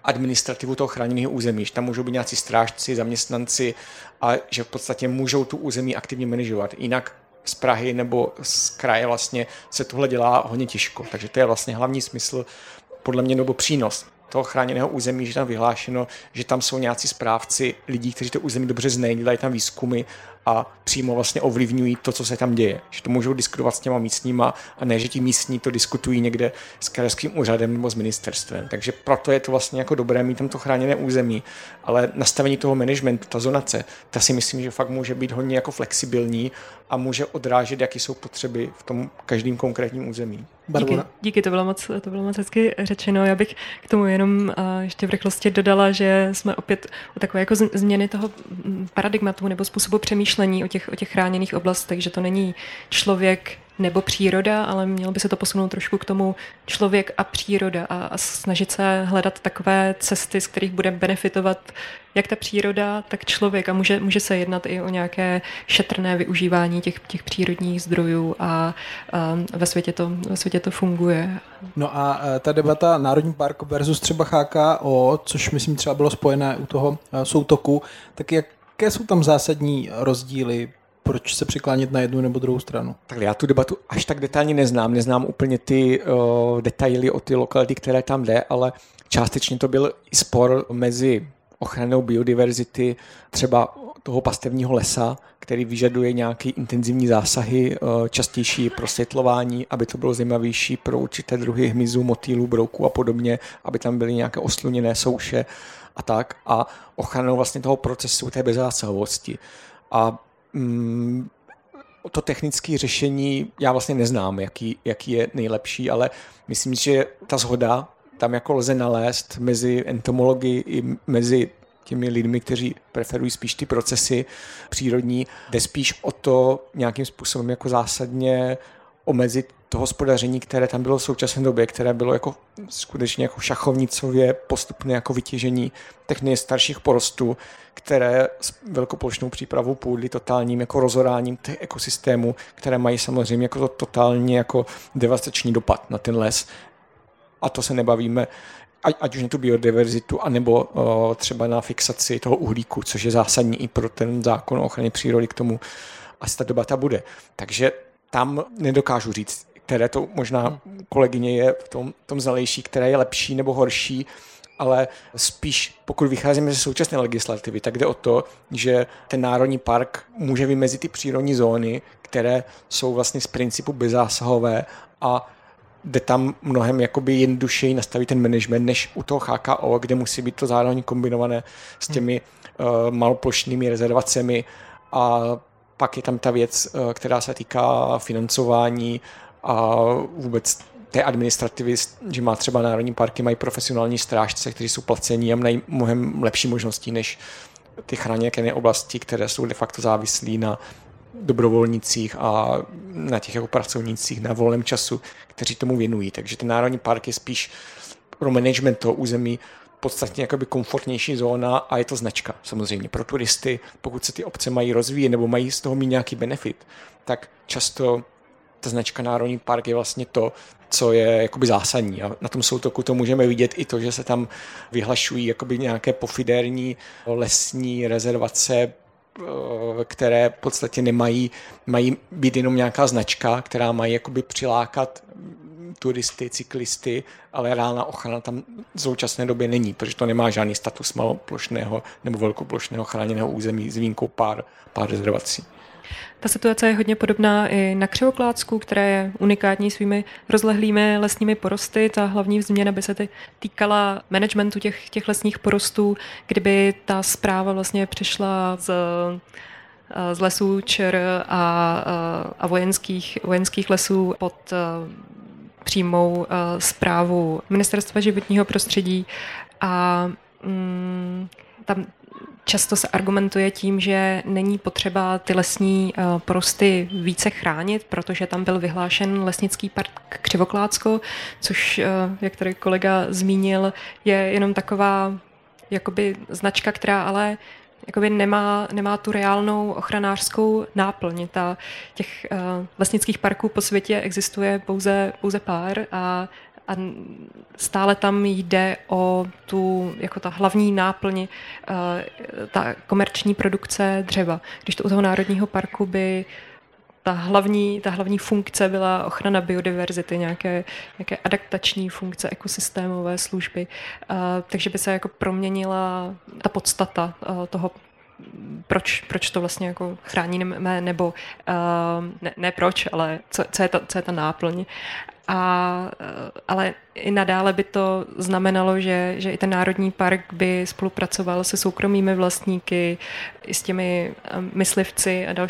administrativu toho chráněného území, že tam můžou být nějací strážci, zaměstnanci a že v podstatě můžou tu území aktivně manažovat. Jinak z Prahy nebo z kraje vlastně se tohle dělá hodně těžko. Takže to je vlastně hlavní smysl podle mě nebo přínos toho chráněného území, že tam vyhlášeno, že tam jsou nějací správci lidí, kteří to území dobře znají, dělají tam výzkumy a přímo vlastně ovlivňují to, co se tam děje. Že to můžou diskutovat s těma místníma a ne, že ti místní to diskutují někde s krajským úřadem nebo s ministerstvem. Takže proto je to vlastně jako dobré mít tam to chráněné území, ale nastavení toho managementu, ta zonace, ta si myslím, že fakt může být hodně jako flexibilní a může odrážet, jaké jsou potřeby v tom každém konkrétním území. Díky, to bylo moc hezky řečeno. Já bych k tomu jenom ještě v rychlosti dodala, že jsme opět u takové jako změny toho paradigmatu nebo způsobu přemýšlení o těch chráněných oblastech, že to není člověk nebo příroda, ale mělo by se to posunout trošku k tomu člověk a příroda a snažit se hledat takové cesty, z kterých bude benefitovat jak ta příroda, tak člověk a může se jednat i o nějaké šetrné využívání těch přírodních zdrojů a ve světě to funguje. No a ta debata Národní park versus třeba HKO, což myslím třeba bylo spojené u toho soutoku, tak jaké jsou tam zásadní rozdíly? Proč se přiklánit na jednu nebo druhou stranu? Takhle já tu debatu až tak detailně neznám úplně ty detaily o ty lokality, které tam jde, ale částečně to byl i spor mezi ochranou biodiverzity, třeba toho pastevního lesa, který vyžaduje nějaké intenzivní zásahy, častější prosvětlování, aby to bylo zajímavější pro určité druhy hmyzu, motýlů, brouků a podobně, aby tam byly nějaké osluněné souše a tak. A ochranou vlastně toho procesu té bezzásahovosti. A to technické řešení já vlastně neznám, jaký je nejlepší, ale myslím, že ta shoda tam jako lze nalézt mezi entomology i mezi těmi lidmi, kteří preferují spíš ty procesy přírodní, jde spíš o to nějakým způsobem jako zásadně omezit to hospodaření, které tam bylo v současné době, které bylo jako skutečně jako šachovnicově postupné jako vytěžení těch nejstarších porostů, které s velkoplošnou přípravou půdy, totálním jako rozoráním těch ekosystémů, které mají samozřejmě jako totálně jako devastační dopad na ten les. A to se nebavíme ať už na tu biodiverzitu, anebo třeba na fixaci toho uhlíku, což je zásadní i pro ten zákon o ochraně přírody, k tomu asi ta debata bude. Takže tam nedokážu říct, které to možná kolegyně je v tom znalejší, které je lepší nebo horší, ale spíš pokud vycházíme ze současné legislativy, tak jde o to, že ten národní park může vymezit ty přírodní zóny, které jsou vlastně z principu bezzásahové a jde tam mnohem jakoby jednodušeji nastavit ten management než u toho HKO, kde musí být to zároveň kombinované s těmi maloplošnými rezervacemi a pak je tam ta věc, která se týká financování a vůbec té administrativy, že má třeba národní parky, mají profesionální strážce, kteří jsou placení a mají mnohem lepší možnosti než ty chráněné oblasti, které jsou de facto závislí na dobrovolnících a na těch jako pracovnících na volném času, kteří tomu věnují. Takže ten národní park je spíš pro management toho území podstatně jakoby komfortnější zóna a je to značka samozřejmě pro turisty. Pokud se ty obce mají rozvíjet nebo mají z toho mít nějaký benefit, tak často ta značka Národní park je vlastně to, co je jakoby zásadní. A na tom soutoku to můžeme vidět i to, že se tam vyhlašují jakoby nějaké pofidérní lesní rezervace, které v podstatě mají být jenom nějaká značka, která mají jakoby přilákat turisty, cyklisty, ale reálná ochrana tam v současné době není, protože to nemá žádný status maloplošného nebo velkoplošného chráněného území s výjimkou pár rezervací. Ta situace je hodně podobná i na Křivoklátsku, které je unikátní svými rozlehlými lesními porosty. Ta hlavní změna by se týkala managementu těch lesních porostů, kdyby ta správa vlastně přišla z lesů ČR a vojenských lesů pod přímou správu Ministerstva životního prostředí a tam často se argumentuje tím, že není potřeba ty lesní porosty více chránit, protože tam byl vyhlášen lesnický park Křivoklátsko, což, jak tady kolega zmínil, je jenom taková jakoby značka, která ale jakoby nemá tu reálnou ochranářskou náplň. Těch lesnických parků po světě existuje pouze pár a a stále tam jde o tu, jako ta hlavní náplň, ta komerční produkce dřeva. Když to u toho národního parku by ta hlavní funkce byla ochrana biodiverzity, nějaké adaptační funkce, ekosystémové služby, takže by se jako proměnila ta podstata toho, proč to vlastně jako chráníme, nebo ne proč, ale co je ta náplň. Ale i nadále by to znamenalo, že i ten národní park by spolupracoval se soukromými vlastníky, i s těmi myslivci a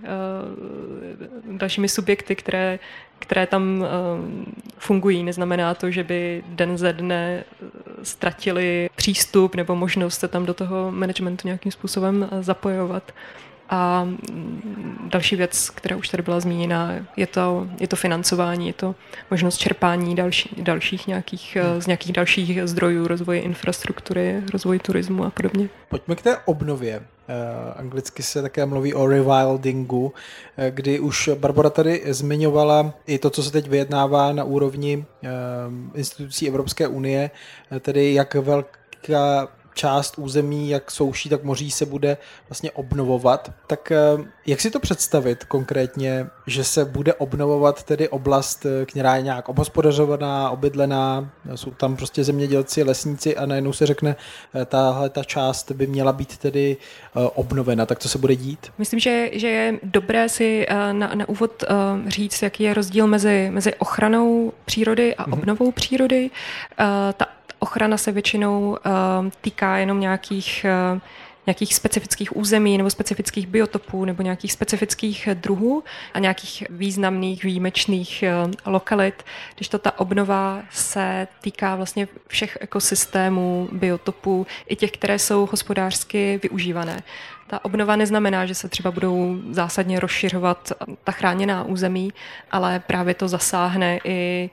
dalšími subjekty, které tam fungují. Neznamená to, že by den ze dne ztratili přístup nebo možnost se tam do toho managementu nějakým způsobem zapojovat. A další věc, která už tady byla zmíněna, je to financování, je to možnost čerpání dalších z nějakých dalších zdrojů, rozvoje infrastruktury, rozvoje turismu a podobně. Pojďme k té obnově. Anglicky se také mluví o rewildingu, kdy už Barbora tady zmiňovala i to, co se teď vyjednává na úrovni institucí Evropské unie, tedy jak velká část území, jak souší, tak moří se bude vlastně obnovovat. Tak jak si to představit konkrétně, že se bude obnovovat tedy oblast, která je nějak obhospodařovaná, obydlená, jsou tam prostě zemědělci, lesníci a najednou se řekne, tahle ta část by měla být tedy obnovena. Tak co se bude dít? Myslím, že je dobré si na úvod říct, jaký je rozdíl mezi ochranou přírody a obnovou přírody. Ta ochrana se většinou týká jenom nějakých specifických území nebo specifických biotopů nebo nějakých specifických druhů a nějakých významných, výjimečných lokalit, když to ta obnova se týká vlastně všech ekosystémů, biotopů, i těch, které jsou hospodářsky využívané. Ta obnova neznamená, že se třeba budou zásadně rozšiřovat ta chráněná území, ale právě to zasáhne i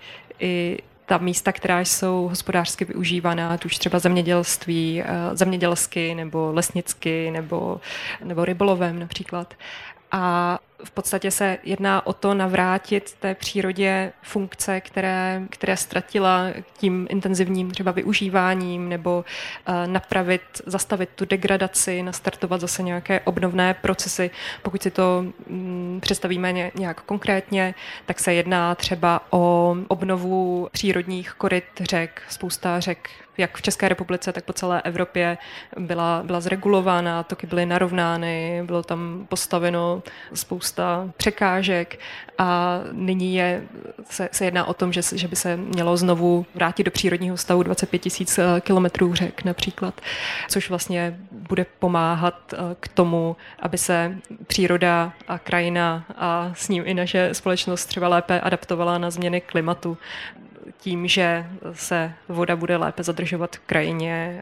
ta místa, která jsou hospodářsky využívaná, ať už třeba zemědělsky nebo lesnicky nebo rybolovem například. A v podstatě se jedná o to navrátit té přírodě funkce, které ztratila tím intenzivním třeba využíváním, nebo zastavit tu degradaci, nastartovat zase nějaké obnovné procesy. Pokud si to představíme nějak konkrétně, tak se jedná třeba o obnovu přírodních koryt řek. Spousta řek, jak v České republice, tak po celé Evropě byla zregulována, toky byly narovnány, bylo tam postaveno spousta překážek a nyní se jedná o tom, že by se mělo znovu vrátit do přírodního stavu 25 000 kilometrů řek například, což vlastně bude pomáhat k tomu, aby se příroda a krajina a s ním i naše společnost třeba lépe adaptovala na změny klimatu. Tím, že se voda bude lépe zadržovat v krajině.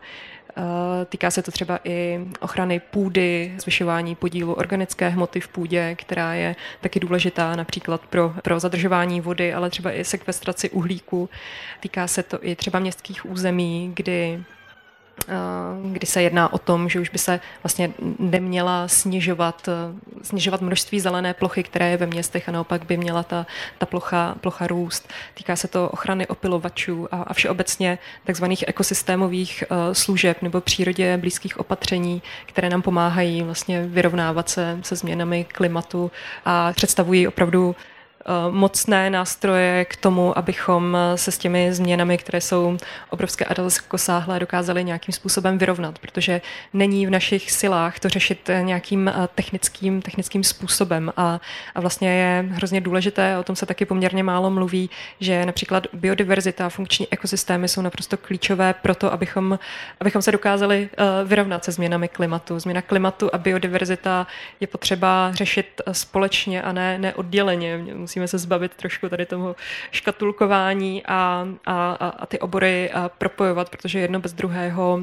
Týká se to třeba i ochrany půdy, zvyšování podílu organické hmoty v půdě, která je taky důležitá například pro zadržování vody, ale třeba i sekvestraci uhlíku. Týká se to i třeba městských území, kdy se jedná o tom, že už by se vlastně neměla snižovat množství zelené plochy, které je ve městech, a naopak by měla ta plocha růst. Týká se to ochrany opylovačů a všeobecně takzvaných ekosystémových služeb nebo přírodě blízkých opatření, které nám pomáhají vlastně vyrovnávat se změnami klimatu a představují opravdu mocné nástroje k tomu, abychom se s těmi změnami, které jsou obrovské a dalekosáhlé, dokázali nějakým způsobem vyrovnat, protože není v našich silách to řešit nějakým technickým způsobem a vlastně je hrozně důležité, o tom se taky poměrně málo mluví, že například biodiverzita a funkční ekosystémy jsou naprosto klíčové pro to, abychom se dokázali vyrovnat se změnami klimatu. Změna klimatu a biodiverzita je potřeba řešit společně a ne odděleně. Musíme se zbavit trošku tady toho škatulkování a ty obory propojovat, protože jedno bez druhého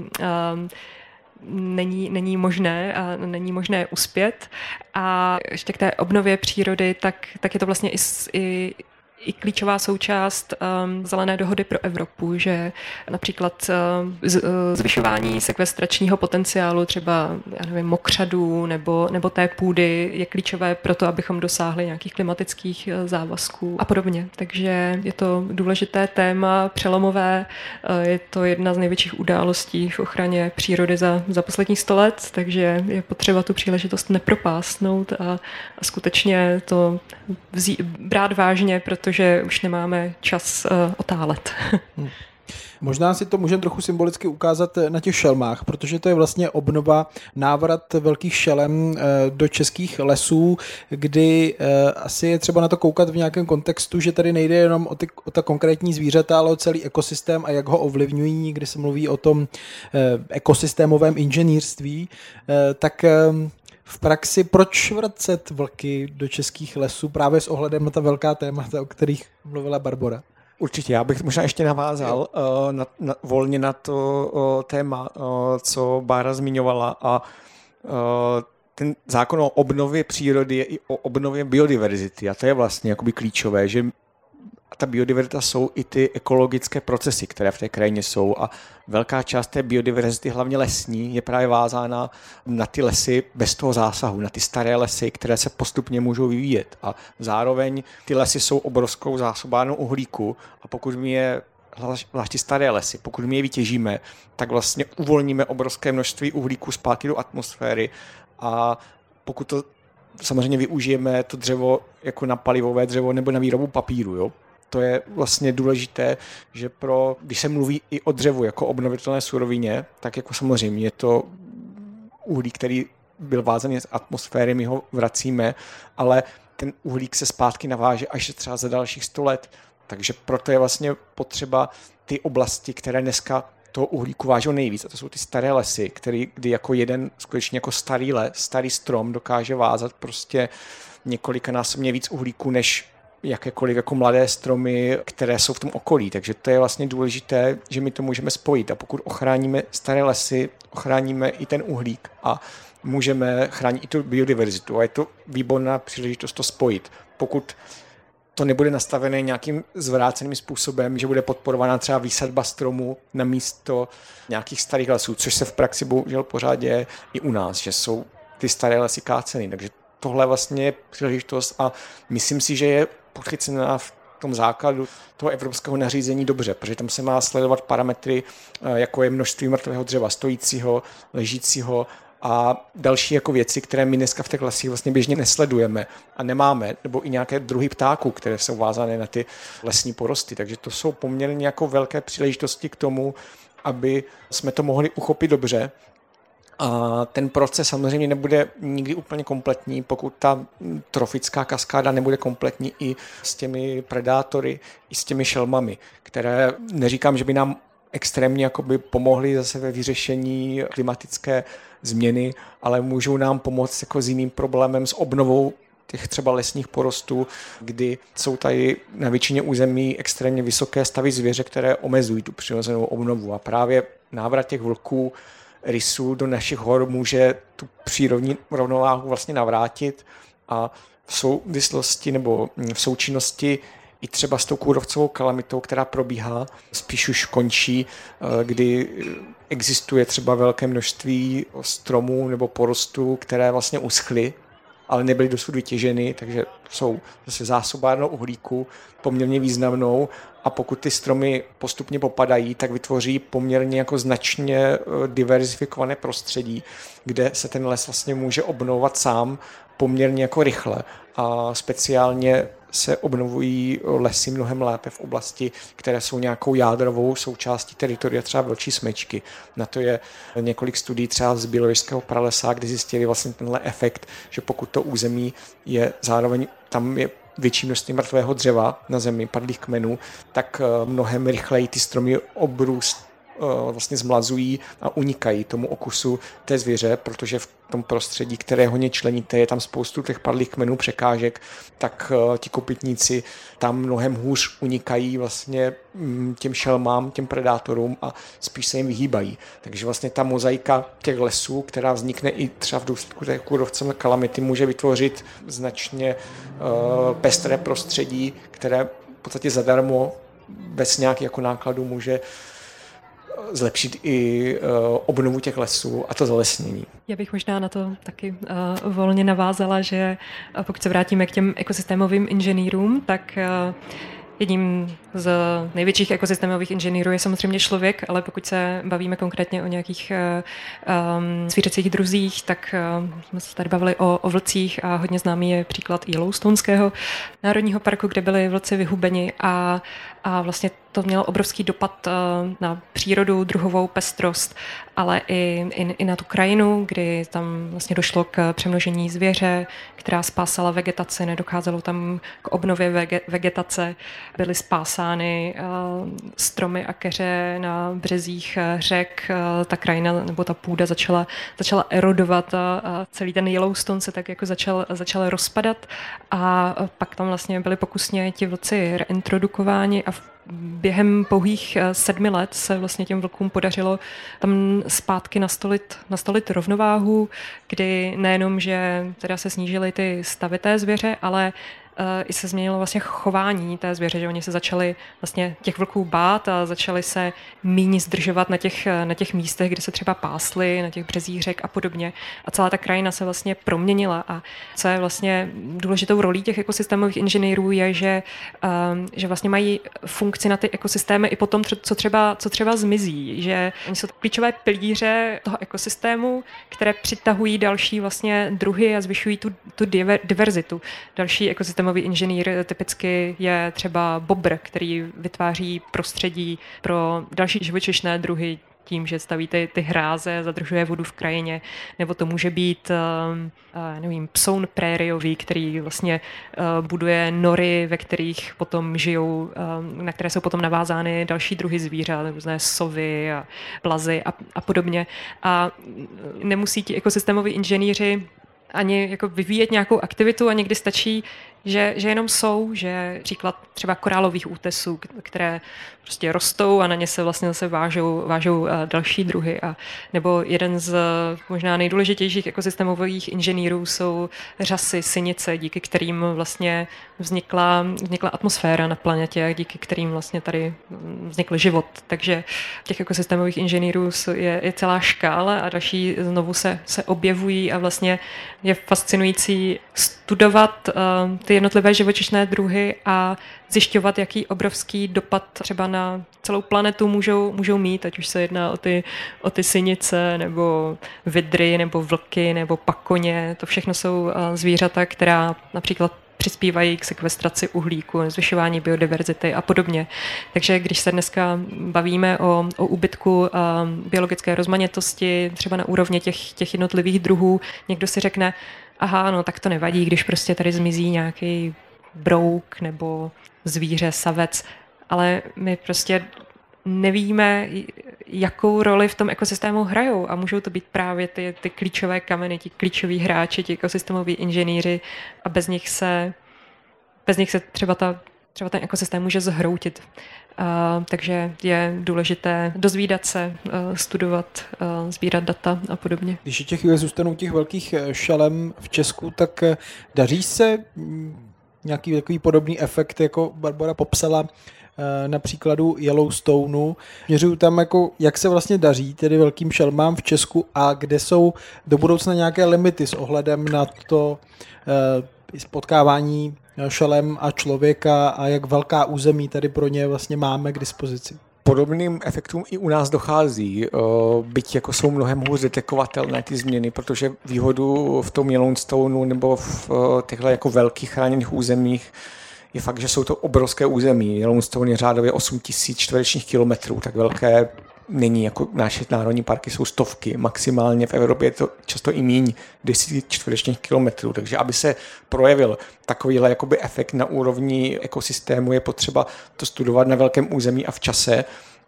není možné uspět. A ještě k té obnově přírody, tak je to vlastně i i klíčová součást zelené dohody pro Evropu, že například zvyšování sekvestračního potenciálu třeba, já nevím, mokřadů nebo té půdy je klíčové pro to, abychom dosáhli nějakých klimatických závazků a podobně. Takže je to důležité téma, přelomové, je to jedna z největších událostí v ochraně přírody za posledních 100 let, takže je potřeba tu příležitost nepropásnout a skutečně to brát vážně, protože už nemáme čas otálet. Možná si to můžeme trochu symbolicky ukázat na těch šelmách, protože to je vlastně obnova, návrat velkých šelem do českých lesů, kdy asi je třeba na to koukat v nějakém kontextu, že tady nejde jenom o ta konkrétní zvířata, ale o celý ekosystém a jak ho ovlivňují, kdy se mluví o tom ekosystémovém inženýrství, tak v praxi proč vracet vlky do českých lesů právě s ohledem na ta velká témata, o kterých mluvila Barbora? Určitě, já bych možná ještě navázal volně na to téma, co Bára zmiňovala a ten zákon o obnově přírody je i o obnově biodiverzity a to je vlastně jakoby klíčové, že ta biodiverzita jsou i ty ekologické procesy, které v té krajině jsou a velká část té biodiverzity, hlavně lesní, je právě vázána na ty lesy bez toho zásahu, na ty staré lesy, které se postupně můžou vyvíjet a zároveň ty lesy jsou obrovskou zásobárnou uhlíku a pokud my je zvláště staré lesy, pokud my je vytěžíme, tak vlastně uvolníme obrovské množství uhlíku zpátky do atmosféry a pokud to samozřejmě využijeme to dřevo jako na palivové dřevo nebo na výrobu papíru, jo? To je vlastně důležité, že když se mluví i o dřevu jako obnovitelné surovině, tak jako samozřejmě je to uhlík, který byl vázaný z atmosféry, my ho vracíme, ale ten uhlík se zpátky naváže až třeba za dalších 100 let. Takže proto je vlastně potřeba ty oblasti, které dneska toho uhlíku vážou nejvíc, a to jsou ty staré lesy, kdy jako jeden skutečně jako starý les, starý strom dokáže vázat prostě několikanásobně víc uhlíku než jakékoliv jako mladé stromy, které jsou v tom okolí. Takže to je vlastně důležité, že my to můžeme spojit. A pokud ochráníme staré lesy, ochráníme i ten uhlík a můžeme chránit i tu biodiverzitu. A je to výborná příležitost to spojit. Pokud to nebude nastavené nějakým zvráceným způsobem, že bude podporovaná třeba výsadba stromů na místo nějakých starých lesů, což se v praxi bohužel pořád děje i u nás, že jsou ty staré lesy káceny. Takže tohle vlastně je příležitost a myslím si, že je podchycená v tom základu toho evropského nařízení dobře, protože tam se má sledovat parametry, jako je množství mrtvého dřeva stojícího, ležícího a další jako věci, které my dneska v těch lesích vlastně běžně nesledujeme a nemáme, nebo i nějaké druhy ptáků, které jsou vázané na ty lesní porosty. Takže to jsou poměrně jako velké příležitosti k tomu, aby jsme to mohli uchopit dobře. A ten proces samozřejmě nebude nikdy úplně kompletní, pokud ta trofická kaskáda nebude kompletní i s těmi predátory, i s těmi šelmami, které neříkám, že by nám extrémně jakoby pomohly zase ve vyřešení klimatické změny, ale můžou nám pomoct jako s jiným problémem, s obnovou těch třeba lesních porostů, kdy jsou tady na většině území extrémně vysoké stavy zvěře, které omezují tu přirozenou obnovu. A právě návrat těch vlků, rysů do našich hor může tu přírodní rovnováhu vlastně navrátit a v souvislosti nebo v součinnosti i třeba s tou kůrovcovou kalamitou, která probíhá, spíš už končí, kdy existuje třeba velké množství stromů nebo porostů, které vlastně uschly, ale nebyly dosud vytěženy, takže jsou zase zásobárnou uhlíku poměrně významnou a pokud ty stromy postupně popadají, tak vytvoří poměrně jako značně diverzifikované prostředí, kde se ten les vlastně může obnovovat sám poměrně jako rychle a speciálně se obnovují lesy mnohem lépe v oblasti, které jsou nějakou jádrovou součástí teritoria, třeba Vlčí Smečky. Na to je několik studií třeba z Bílověžského pralesa, kde zjistili vlastně tenhle efekt, že pokud to území je zároveň, tam je větší množství mrtvého dřeva na zemi, padlých kmenů, tak mnohem rychleji ty stromy vlastně zmlazují a unikají tomu okusu té zvěře, protože v tom prostředí, které hodně členíte, je tam spoustu těch padlých kmenů, překážek, tak ti kopytníci tam mnohem hůř unikají vlastně těm šelmám, těm predátorům a spíš se jim vyhýbají. Takže vlastně ta mozaika těch lesů, která vznikne i třeba v důsledku té kůrovcové kalamity, může vytvořit značně pestré prostředí, které v podstatě zadarmo, bez nějakých jako nákladů může zlepšit i obnovu těch lesů a to zalesnění. Já bych možná na to taky volně navázala, že pokud se vrátíme k těm ekosystémovým inženýrům, tak jedním z největších ekosystémových inženýrů je samozřejmě člověk, ale pokud se bavíme konkrétně o nějakých zvířecích druzích, tak jsme se tady bavili o vlcích a hodně známý je příklad Yellowstoneského národního parku, kde byli vlci vyhubeni a vlastně to mělo obrovský dopad na přírodu, druhovou pestrost, ale i na tu krajinu, kdy tam vlastně došlo k přemnožení zvěře, která spásala vegetaci, nedocházelo tam k obnově vegetace, byly spásány stromy a keře na březích řek, ta krajina nebo ta půda začala erodovat a celý ten Yellowstone se tak jako začal rozpadat a pak tam vlastně byly pokusně ti vlci reintrodukováni a během pouhých 7 let se vlastně těm vlkům podařilo tam zpátky nastolit rovnováhu, kdy nejenom, že teda se snížily ty stavy té zvěře, ale i se změnilo vlastně chování té zvěře, že oni se začali vlastně těch vlků bát a začali se míň zdržovat na těch místech, kde se třeba pásli, na těch březích řek a podobně. A celá ta krajina se vlastně proměnila a co je vlastně důležitou rolí těch ekosystémových inženýrů je, že vlastně mají funkci na ty ekosystémy i potom, co třeba zmizí, že oni jsou klíčové pilíře toho ekosystému, které přitahují další vlastně druhy a zvyšují tu diverzitu. Další ekosystémový inženýr typicky je třeba bobr, který vytváří prostředí pro další živočišné druhy tím, že staví ty hráze, zadržuje vodu v krajině, nebo to může být psoun prériový, který vlastně buduje nory, ve kterých potom žijou, na které jsou potom navázány další druhy zvířat, různé sovy a plazy a podobně. A nemusí ti ekosystémoví inženýři ani jako vyvíjet nějakou aktivitu a někdy stačí, že jenom jsou, že příklad třeba korálových útesů, které prostě rostou a na ně se vlastně zase vážou další druhy. Nebo jeden z možná nejdůležitějších ekosystémových inženýrů jsou řasy, sinice, díky kterým vlastně vznikla atmosféra na planetě, díky kterým vlastně tady vznikl život. Takže těch ekosystémových inženýrů je celá škála a další znovu se objevují a vlastně je fascinující studovat ty jednotlivé živočišné druhy a zjišťovat, jaký obrovský dopad třeba na celou planetu můžou mít, ať už se jedná o ty sinice, nebo vydry, nebo vlky, nebo pakoně. To všechno jsou zvířata, která například přispívají k sekvestraci uhlíku, zvyšování biodiverzity a podobně. Takže když se dneska bavíme o úbytku biologické rozmanitosti, třeba na úrovni těch jednotlivých druhů, někdo si řekne, aha, no tak to nevadí, když prostě tady zmizí nějaký brouk nebo zvíře, savec, ale my prostě nevíme, jakou roli v tom ekosystému hrajou a můžou to být právě ty klíčové kameny, ti klíčoví hráči, ti ekosystémoví inženýři a bez nich se třeba ten ekosystém může zhroutit. Takže je důležité dozvídat se, studovat, sbírat data a podobně. Když je zůstanou těch velkých šelem v Česku, tak daří se nějaký takový podobný efekt, jako Barbora popsala na příkladu Yellowstoneu. Měřuju tam, jako, jak se vlastně daří tedy velkým šelmám v Česku a kde jsou do budoucna nějaké limity s ohledem na to potkávání šelem a člověka a jak velká území tady pro ně vlastně máme k dispozici. Podobným efektům i u nás dochází, byť jako jsou mnohem hůř detekovatelné ty změny, protože výhodu v tom Yellowstoneu nebo v těchto jako velkých chráněných územích je fakt, že jsou to obrovské území. Yellowstone je řádově 8 000 čtverečních kilometrů, tak velké není, jako naše národní parky jsou stovky, maximálně v Evropě je to často i míň 10 čtverečních kilometrů, takže aby se projevil takovýhle jakoby efekt na úrovni ekosystému, je potřeba to studovat na velkém území a v čase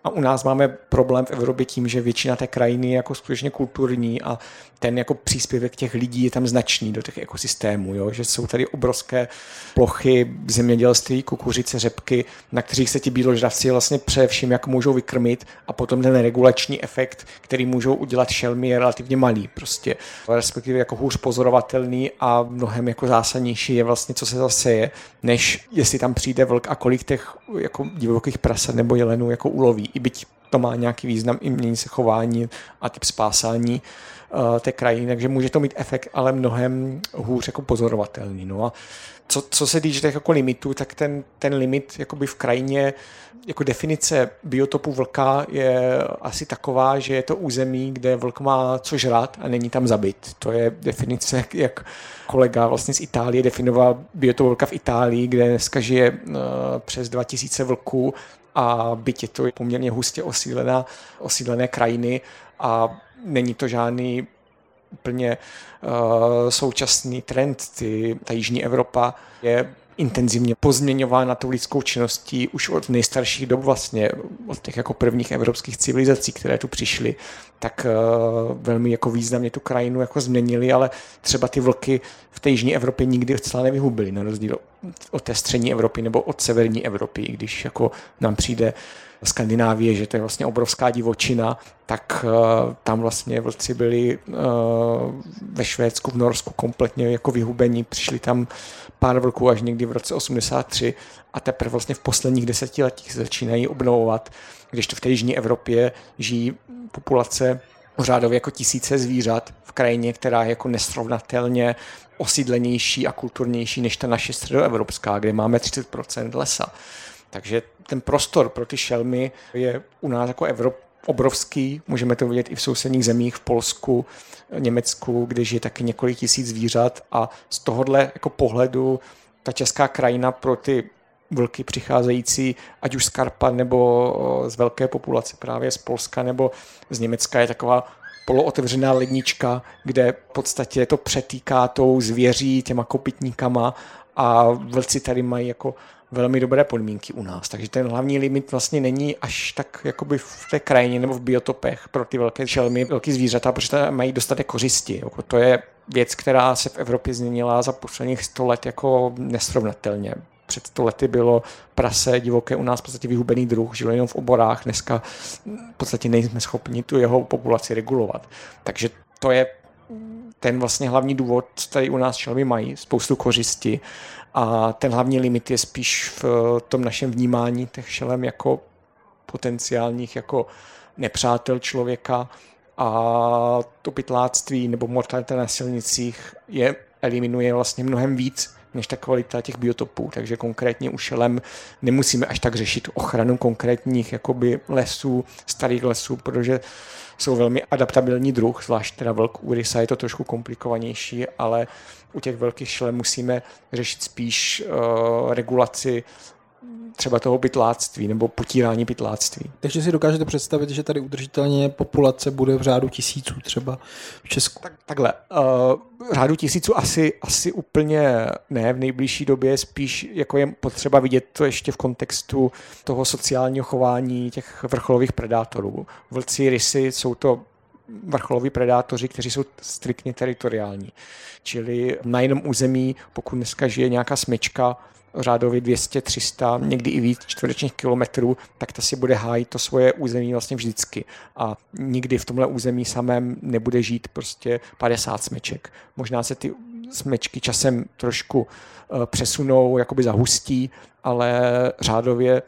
A u nás máme problém v Evropě tím, že většina té krajiny je jako skutečně kulturní a ten jako příspěvek těch lidí je tam značný do těch ekosystémů, jo? Že jsou tady obrovské plochy zemědělství, kukuřice, řepky, na kterých se ti bíložravci vlastně především jako můžou vykrmit a potom ten regulační efekt, který můžou udělat šelmy, je relativně malý prostě, respektive jako hůř pozorovatelný a mnohem jako zásadnější je vlastně, co se zase je, než jestli tam přijde vlk a kolik těch jako divokých prasat nebo jelenů jako uloví. I byť to má nějaký význam, i mění se chování a typ spásání té krajiny, takže může to mít efekt, ale mnohem hůř jako pozorovatelný. No a co se týče těch jako limitů, tak ten limit jakoby v krajině, jako definice biotopu vlka je asi taková, že je to území, kde vlk má co žrát a není tam zabit. To je definice, jak kolega vlastně z Itálie definoval biotop vlka v Itálii, kde dneska žije přes 2000 vlků a byť je to poměrně hustě osídlené krajiny a není to žádný úplně současný trend. Ta jižní Evropa je intenzivně pozměňována tou lidskou činností už od nejstarších dob vlastně, od těch jako prvních evropských civilizací, které tu přišly, tak velmi jako významně tu krajinu jako změnili, ale třeba ty vlky v té jižní Evropě nikdy celá nevyhubily, na rozdíl od té střední Evropy nebo od severní Evropy, i když jako nám přijde Skandinávie, že to je vlastně obrovská divočina, tak tam vlastně vlci byli ve Švédsku, v Norsku kompletně jako vyhubení. Přišli tam pár vlků až někdy v roce 83 a teprve vlastně v posledních 10 letích se začínají obnovovat, když to v té jižní Evropě žijí populace řádově jako tisíce zvířat v krajině, která je jako nesrovnatelně osídlenější a kulturnější než ta naše středoevropská, kde máme 30% lesa. Takže ten prostor pro ty šelmy je u nás jako obrovský. Můžeme to vidět i v sousedních zemích, v Polsku, Německu, kde žije taky několik tisíc zvířat a z tohohle jako pohledu ta česká krajina pro ty vlky přicházející, ať už z Karpat nebo z velké populace právě z Polska nebo z Německa je taková polootevřená lednička, kde v podstatě to přetýká tou zvěří, těma kopytníkama a vlci tady mají jako velmi dobré podmínky u nás. Takže ten hlavní limit vlastně není až tak jakoby v té krajině nebo v biotopech pro ty velké šelmy, velké zvířata, protože mají dostatek kořisti. To je věc, která se v Evropě změnila za posledních 100 let jako nesrovnatelně. Před 100 lety bylo prase divoké u nás v podstatě vyhubený druh, žilo jenom v oborách, dneska v podstatě nejsme schopni tu jeho populaci regulovat. Takže to je ten vlastně hlavní důvod, co tady u nás šelmy mají, spoustu kořisti a ten hlavní limit je spíš v tom našem vnímání těch šelem jako potenciálních jako nepřátel člověka a to pytláctví nebo mortalita na silnicích je eliminuje vlastně mnohem víc než ta kvalita těch biotopů, takže konkrétně u šelem nemusíme až tak řešit ochranu konkrétních jakoby lesů, starých lesů, protože jsou velmi adaptabilní druh, zvlášť teda vlk, u rysa je to trošku komplikovanější, ale u těch velkých šelem musíme řešit spíš regulaci třeba toho pytláctví nebo potírání pytláctví. Takže si dokážete představit, že tady udržitelně populace bude v řádu tisíců třeba v Česku? Takhle. Řádu tisíců asi úplně ne v nejbližší době, spíš jako je potřeba vidět to ještě v kontextu toho sociálního chování těch vrcholových predátorů. Vlci, rysy jsou to vrcholoví predátoři, kteří jsou striktně teritoriální. Čili na jednom území, pokud dneska žije nějaká smečka, řádově 200, 300, někdy i víc čtverečních kilometrů, tak ta si bude hájit to svoje území vlastně vždycky. A nikdy v tomhle území samém nebude žít prostě 50 smeček. Možná se ty smečky časem trošku přesunou, jakoby zahustí, ale řádově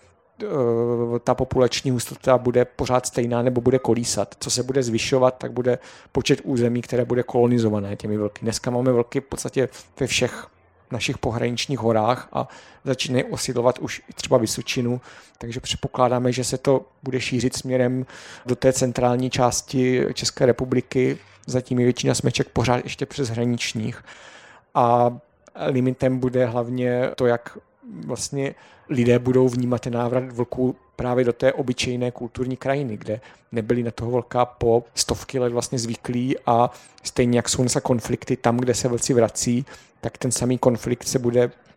ta populační hustota bude pořád stejná nebo bude kolísat. Co se bude zvyšovat, tak bude počet území, které bude kolonizované těmi vlky. Dneska máme vlky v podstatě ve všech našich pohraničních horách a začínají osídlovat už i třeba Vysočinu, takže předpokládáme, že se to bude šířit směrem do té centrální části České republiky, zatím je většina smeček pořád ještě přes hraničních a limitem bude hlavně to, jak vlastně lidé budou vnímat ten návrat vlků právě do té obyčejné kulturní krajiny, kde nebyli na toho vlka po stovky let vlastně zvyklí a stejně jak jsou dneska konflikty tam, kde se vlci vrací, tak ten samý konflikt se bude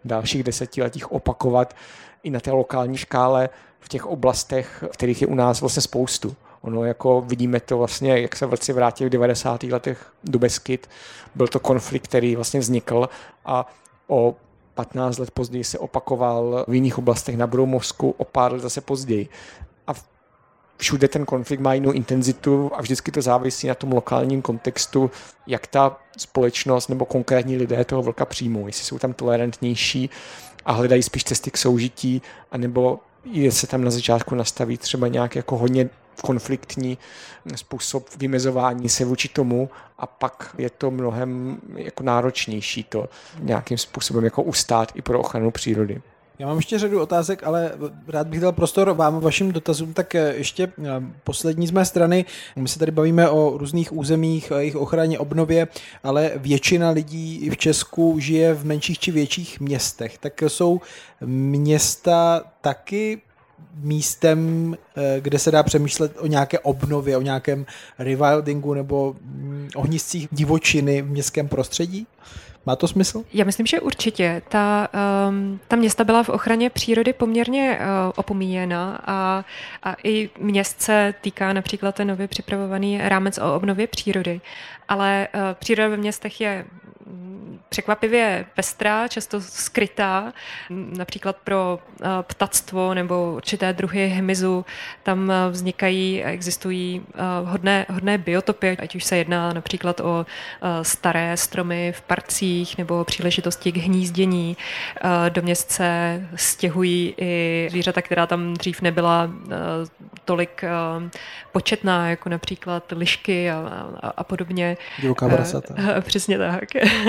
v dalších desetiletích opakovat i na té lokální škále v těch oblastech, kterých je u nás vlastně spoustu. Ono jako vidíme to vlastně, jak se vlci vrátili v 90. letech do Beskyd. Byl to konflikt, který vlastně vznikl a o 15 let později se opakoval v jiných oblastech na Broumovsku, o pár let zase později. A všude ten konflikt má jinou intenzitu a vždycky to závisí na tom lokálním kontextu, jak ta společnost nebo konkrétní lidé toho vlka přijmou. Jestli jsou tam tolerantnější a hledají spíš cesty k soužití, anebo se tam na začátku nastaví třeba nějak jako hodně konfliktní způsob vymezování se vůči tomu a pak je to mnohem jako náročnější to nějakým způsobem jako ustát i pro ochranu přírody. Já mám ještě řadu otázek, ale rád bych dal prostor vám a vašim dotazům, tak ještě poslední z mé strany. My se tady bavíme o různých územích, o jejich ochraně, obnově, ale většina lidí v Česku žije v menších či větších městech. Tak jsou města taky místem, kde se dá přemýšlet o nějaké obnově, o nějakém rewildingu nebo ohniscích divočiny v městském prostředí? Má to smysl? Já myslím, že určitě. Ta města byla v ochraně přírody poměrně opomíjena a i měst se týká například ten nově připravovaný rámec o obnově přírody. Ale příroda ve městech je překvapivě pestrá, často skrytá, například pro ptactvo nebo určité druhy hmyzu. Tam vznikají a existují hodné biotopy, ať už se jedná například o staré stromy v parcích nebo příležitosti k hnízdění. Do měst se stěhují i zvířata, která tam dřív nebyla tolik početná, jako například lišky a podobně. Divoká prasata. Přesně tak.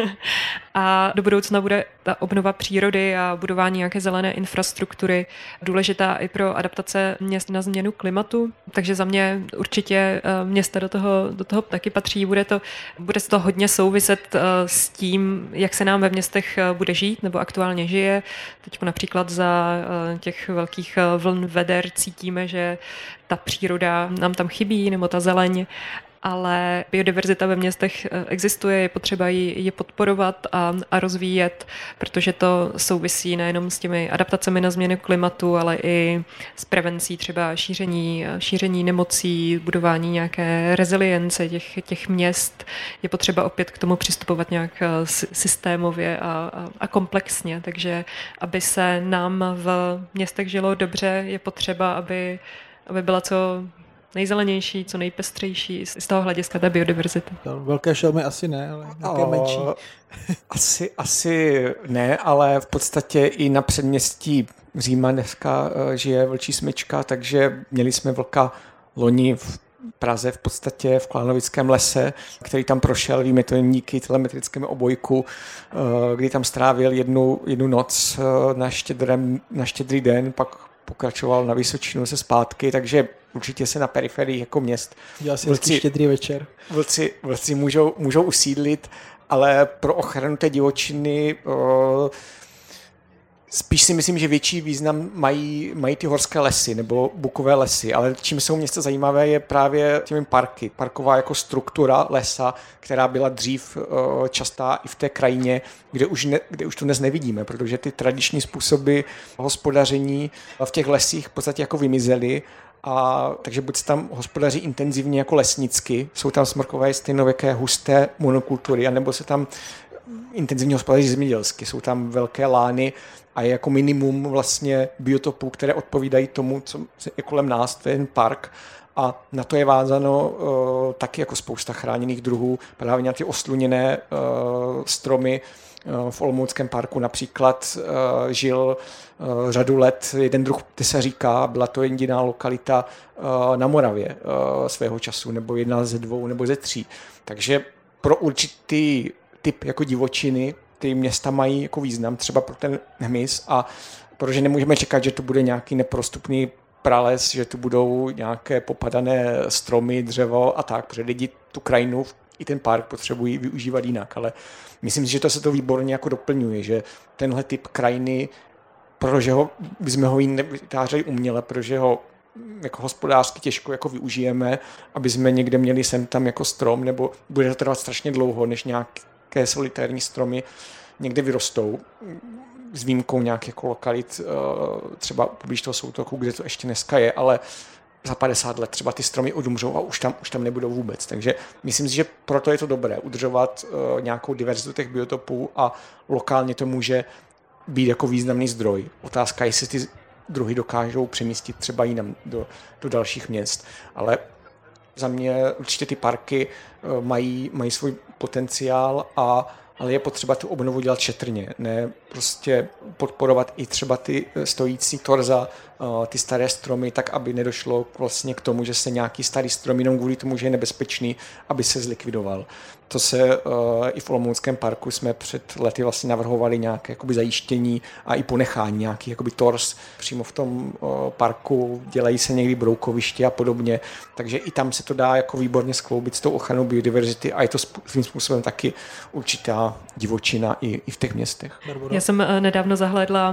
A do budoucna bude ta obnova přírody a budování nějaké zelené infrastruktury důležitá i pro adaptace měst na změnu klimatu. Takže za mě určitě města do toho taky patří. Bude se to hodně souviset s tím, jak se nám ve městech bude žít nebo aktuálně žije. Teď například za těch velkých vln veder cítíme, že ta příroda nám tam chybí, nebo ta zeleň, ale biodiverzita ve městech existuje, je potřeba ji podporovat a rozvíjet, protože to souvisí nejenom s těmi adaptacemi na změnu klimatu, ale i s prevencí třeba šíření nemocí, budování nějaké rezilience těch měst. Je potřeba opět k tomu přistupovat nějak systémově a komplexně, takže aby se nám v městech žilo dobře, je potřeba, aby byla co nejzelenější, co nejpestřejší z toho hlediska té biodiverzity. Velké šelmy asi ne, ale nějaké menší. Asi ne, ale v podstatě i na předměstí Říma dneska žije vlčí smyčka, takže měli jsme vlka loni v Praze, v podstatě v Klánovickém lese, který tam prošel, víme to jen díky telemetrickému obojku, kdy tam strávil jednu noc na Štědrý den, pak pokračoval na Vysočinu se zpátky, takže určitě se na periferii jako měst Dělal si Štědrý večer. Vlci můžou usídlit, ale pro ochranu té divočiny spíš si myslím, že větší význam mají ty horské lesy nebo bukové lesy, ale čím jsou města zajímavé je právě těmi parky. Parková jako struktura lesa, která byla dřív častá i v té krajině, kde už to dnes nevidíme, protože ty tradiční způsoby hospodaření v těch lesích v podstatě jako vymizely. Takže buď se tam hospodaří intenzivně jako lesnicky, jsou tam smrkové stejnověké husté monokultury, anebo se tam intenzivně hospodaří zemědělsky, jsou tam velké lány a je jako minimum vlastně biotopů, které odpovídají tomu, co je kolem nás, to je ten park. A na to je vázáno taky jako spousta chráněných druhů, právě na ty osluněné stromy. V Olomouckém parku například žil řadu let jeden druh tesaříka, byla to jediná lokalita na Moravě svého času, nebo jedna ze 2 nebo ze 3. Takže pro určitý typ jako divočiny ty města mají jako význam, třeba pro ten hmyz, a protože nemůžeme čekat, že to bude nějaký neprostupný prales, že tu budou nějaké popadané stromy, dřevo a tak, protože lidi tu krajinu i ten park potřebují využívat jinak, ale myslím si, že to se to výborně jako doplňuje, že tenhle typ krajiny, protože bychom ho nevytvářeli uměle, protože ho jako hospodářsky těžko jako využijeme, aby jsme někde měli sem tam jako strom, nebo bude to trvat strašně dlouho, než nějaké solitérní stromy někde vyrostou. s výjimkou nějakých jako lokalit, třeba poblíž toho soutoku, kde to ještě dneska je, ale za 50 let třeba ty stromy odumřou a už tam nebudou vůbec. Takže myslím si, že proto je to dobré udržovat nějakou diverzitu těch biotopů a lokálně to může být jako významný zdroj. Otázka, jestli ty druhy dokážou přemístit třeba jinam do dalších měst. Ale za mě určitě ty parky mají svůj potenciál, ale je potřeba tu obnovu dělat šetrně, ne prostě podporovat i třeba ty stojící torza, ty staré stromy, tak aby nedošlo vlastně k tomu, že se nějaký starý strom jenom kvůli tomu, že je nebezpečný, aby se zlikvidoval. To se i v Olomouckém parku jsme před lety vlastně navrhovali nějaké jakoby zajištění a i ponechání nějaký jakoby tors přímo v tom parku, dělají se někdy broukoviště a podobně, takže i tam se to dá jako výborně skloubit s tou ochranou biodiverzity a je to svým způsobem taky určitá divočina i v těch městech. Já jsem nedávno zahlédla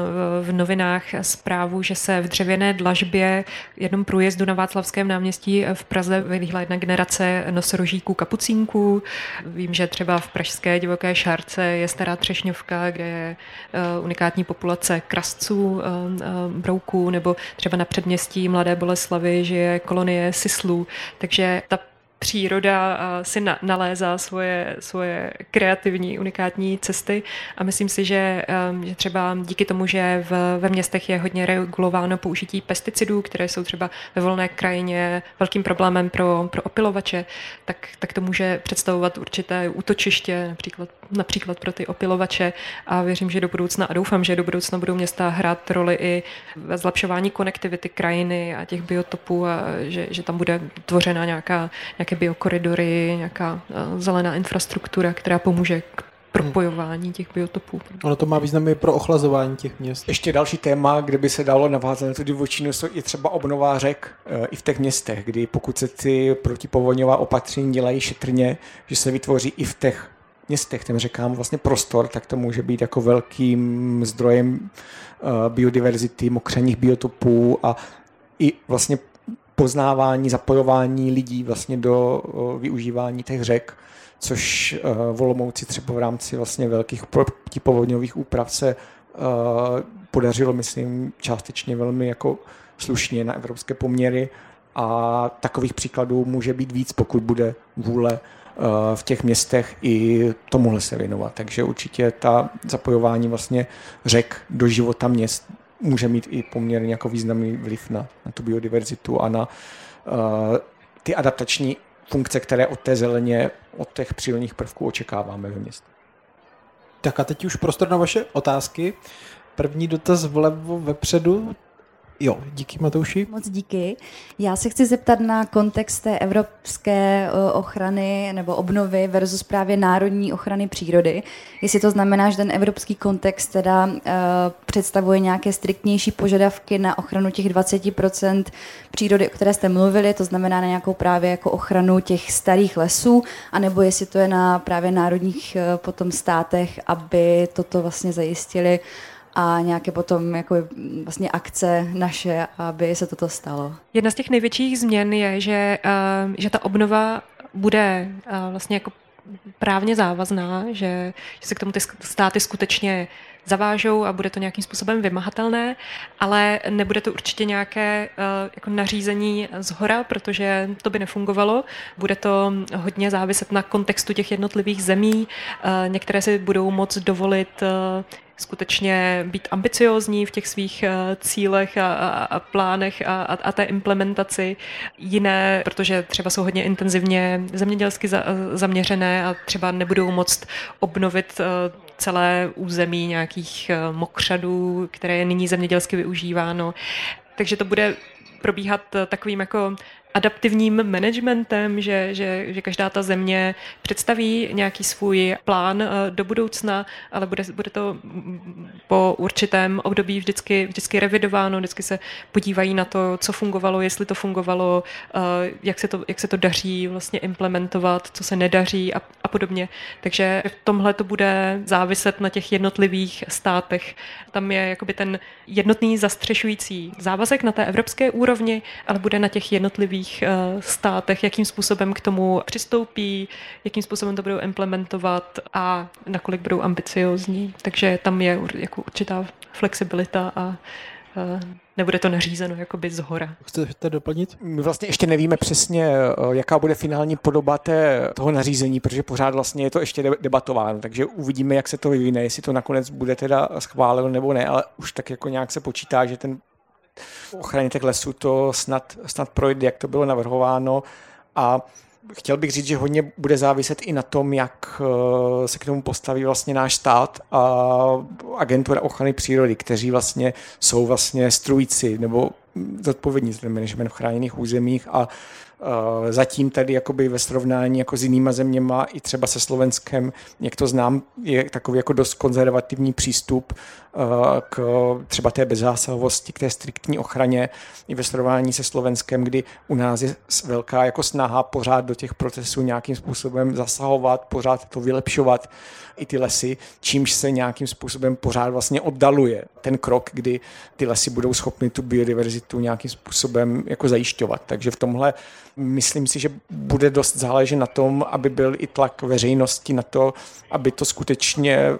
v novinách zprávu, že se v dřevěné dlažbě jednom průjezdu na Václavském náměstí v Praze vylíhla jedna generace nosorožíků kapucínků. Vím, že třeba v pražské divoké Šárce je Stará Třešňovka, kde je unikátní populace krasců, brouků, nebo třeba na předměstí Mladé Boleslavi žije kolonie sislů. Takže ta příroda si nalézá svoje kreativní, unikátní cesty a myslím si, že třeba díky tomu, že ve městech je hodně regulováno použití pesticidů, které jsou třeba ve volné krajině velkým problémem pro opylovače, tak to může představovat určité útočiště, například pro ty opylovače a věřím, že do budoucna a doufám, že do budoucna budou města hrát roli i ve zlepšování konektivity krajiny a těch biotopů a že tam bude tvořena nějaké biokoridory, nějaká zelená infrastruktura, která pomůže k propojování těch biotopů. Ono to má význam i pro ochlazování těch měst. Ještě další téma, kde by se dalo navázat na tu divočinu, je třeba obnova řek i v těch městech, kdy pokud se ty protipovodňová opatření dělají šetrně, že se vytvoří i v těch městech, těm řekám vlastně prostor, tak to může být jako velkým zdrojem biodiverzity, mokřených biotopů a i vlastně poznávání, zapojování lidí vlastně do využívání těch řek, což v Olomouci třeba v rámci vlastně velkých protipovodňových úprav se podařilo, myslím, částečně velmi jako slušně na evropské poměry a takových příkladů může být víc, pokud bude vůle v těch městech i tomuhle se věnovat. Takže určitě ta zapojování vlastně řek do života měst může mít i poměrně jako významný vliv na tu biodiverzitu a na ty adaptační funkce, které od té zeleně, od těch přírodních prvků očekáváme ve městě. Tak a teď už prostor na vaše otázky. První dotaz vlevo vepředu. Jo, díky Matouši. Moc díky. Já se chci zeptat na kontext té evropské ochrany nebo obnovy versus právě národní ochrany přírody. Jestli to znamená, že ten evropský kontext teda představuje nějaké striktnější požadavky na ochranu těch 20% přírody, o které jste mluvili, to znamená na nějakou právě jako ochranu těch starých lesů, anebo jestli to je na právě národních potom státech, aby toto vlastně zajistili a nějaké potom jako vlastně akce naše, aby se toto stalo. Jedna z těch největších změn je, že ta obnova bude vlastně jako právně závazná, že se k tomu ty státy skutečně zavážou a bude to nějakým způsobem vymahatelné, ale nebude to určitě nějaké jako nařízení zhora, protože to by nefungovalo. Bude to hodně záviset na kontextu těch jednotlivých zemí. Některé si budou moct dovolit skutečně být ambiciózní v těch svých cílech a plánech a té implementaci. Jiné, protože třeba jsou hodně intenzivně zemědělsky zaměřené a třeba nebudou moct obnovit celé území nějakých mokřadů, které je nyní zemědělsky využíváno. Takže to bude probíhat takovým jako adaptivním managementem, že každá ta země představí nějaký svůj plán do budoucna, ale bude to po určitém období vždycky revidováno, vždycky se podívají na to, co fungovalo, jestli to fungovalo, jak se to daří vlastně implementovat, co se nedaří a podobně. Takže v tomhle to bude záviset na těch jednotlivých státech. Tam je jakoby ten jednotný zastřešující závazek na té evropské úrovni, ale bude na těch jednotlivých jednotlivých státech, jakým způsobem k tomu přistoupí, jakým způsobem to budou implementovat a nakolik budou ambiciózní. Takže tam je jako určitá flexibilita a nebude to nařízeno jakoby zhora. Chcete doplnit? My vlastně ještě nevíme přesně, jaká bude finální podoba toho nařízení, protože pořád vlastně je to ještě debatováno, takže uvidíme, jak se to vyvine, jestli to nakonec bude teda schváleno nebo ne, ale už tak jako nějak se počítá, že ten ochraně těch lesů to snad projde, jak to bylo navrhováno a chtěl bych říct, že hodně bude záviset i na tom, jak se k tomu postaví vlastně náš stát a agentura ochrany přírody, kteří vlastně jsou vlastně strůjci nebo zodpovědní za management v chráněných územích a zatím tady jakoby ve srovnání jako s jinýma zeměma i třeba se Slovenskem, jak to znám, je takový jako dost konzervativní přístup k třeba té bezzásahovosti, k té striktní ochraně i ve srovnání se Slovenskem, kdy u nás je velká jako snaha pořád do těch procesů nějakým způsobem zasahovat, pořád to vylepšovat i ty lesy, čímž se nějakým způsobem pořád vlastně oddaluje ten krok, kdy ty lesy budou schopny tu biodiverzitu nějakým způsobem jako zajišťovat. Takže v tomhle myslím si, že bude dost záležet na tom, aby byl i tlak veřejnosti na to, aby to skutečně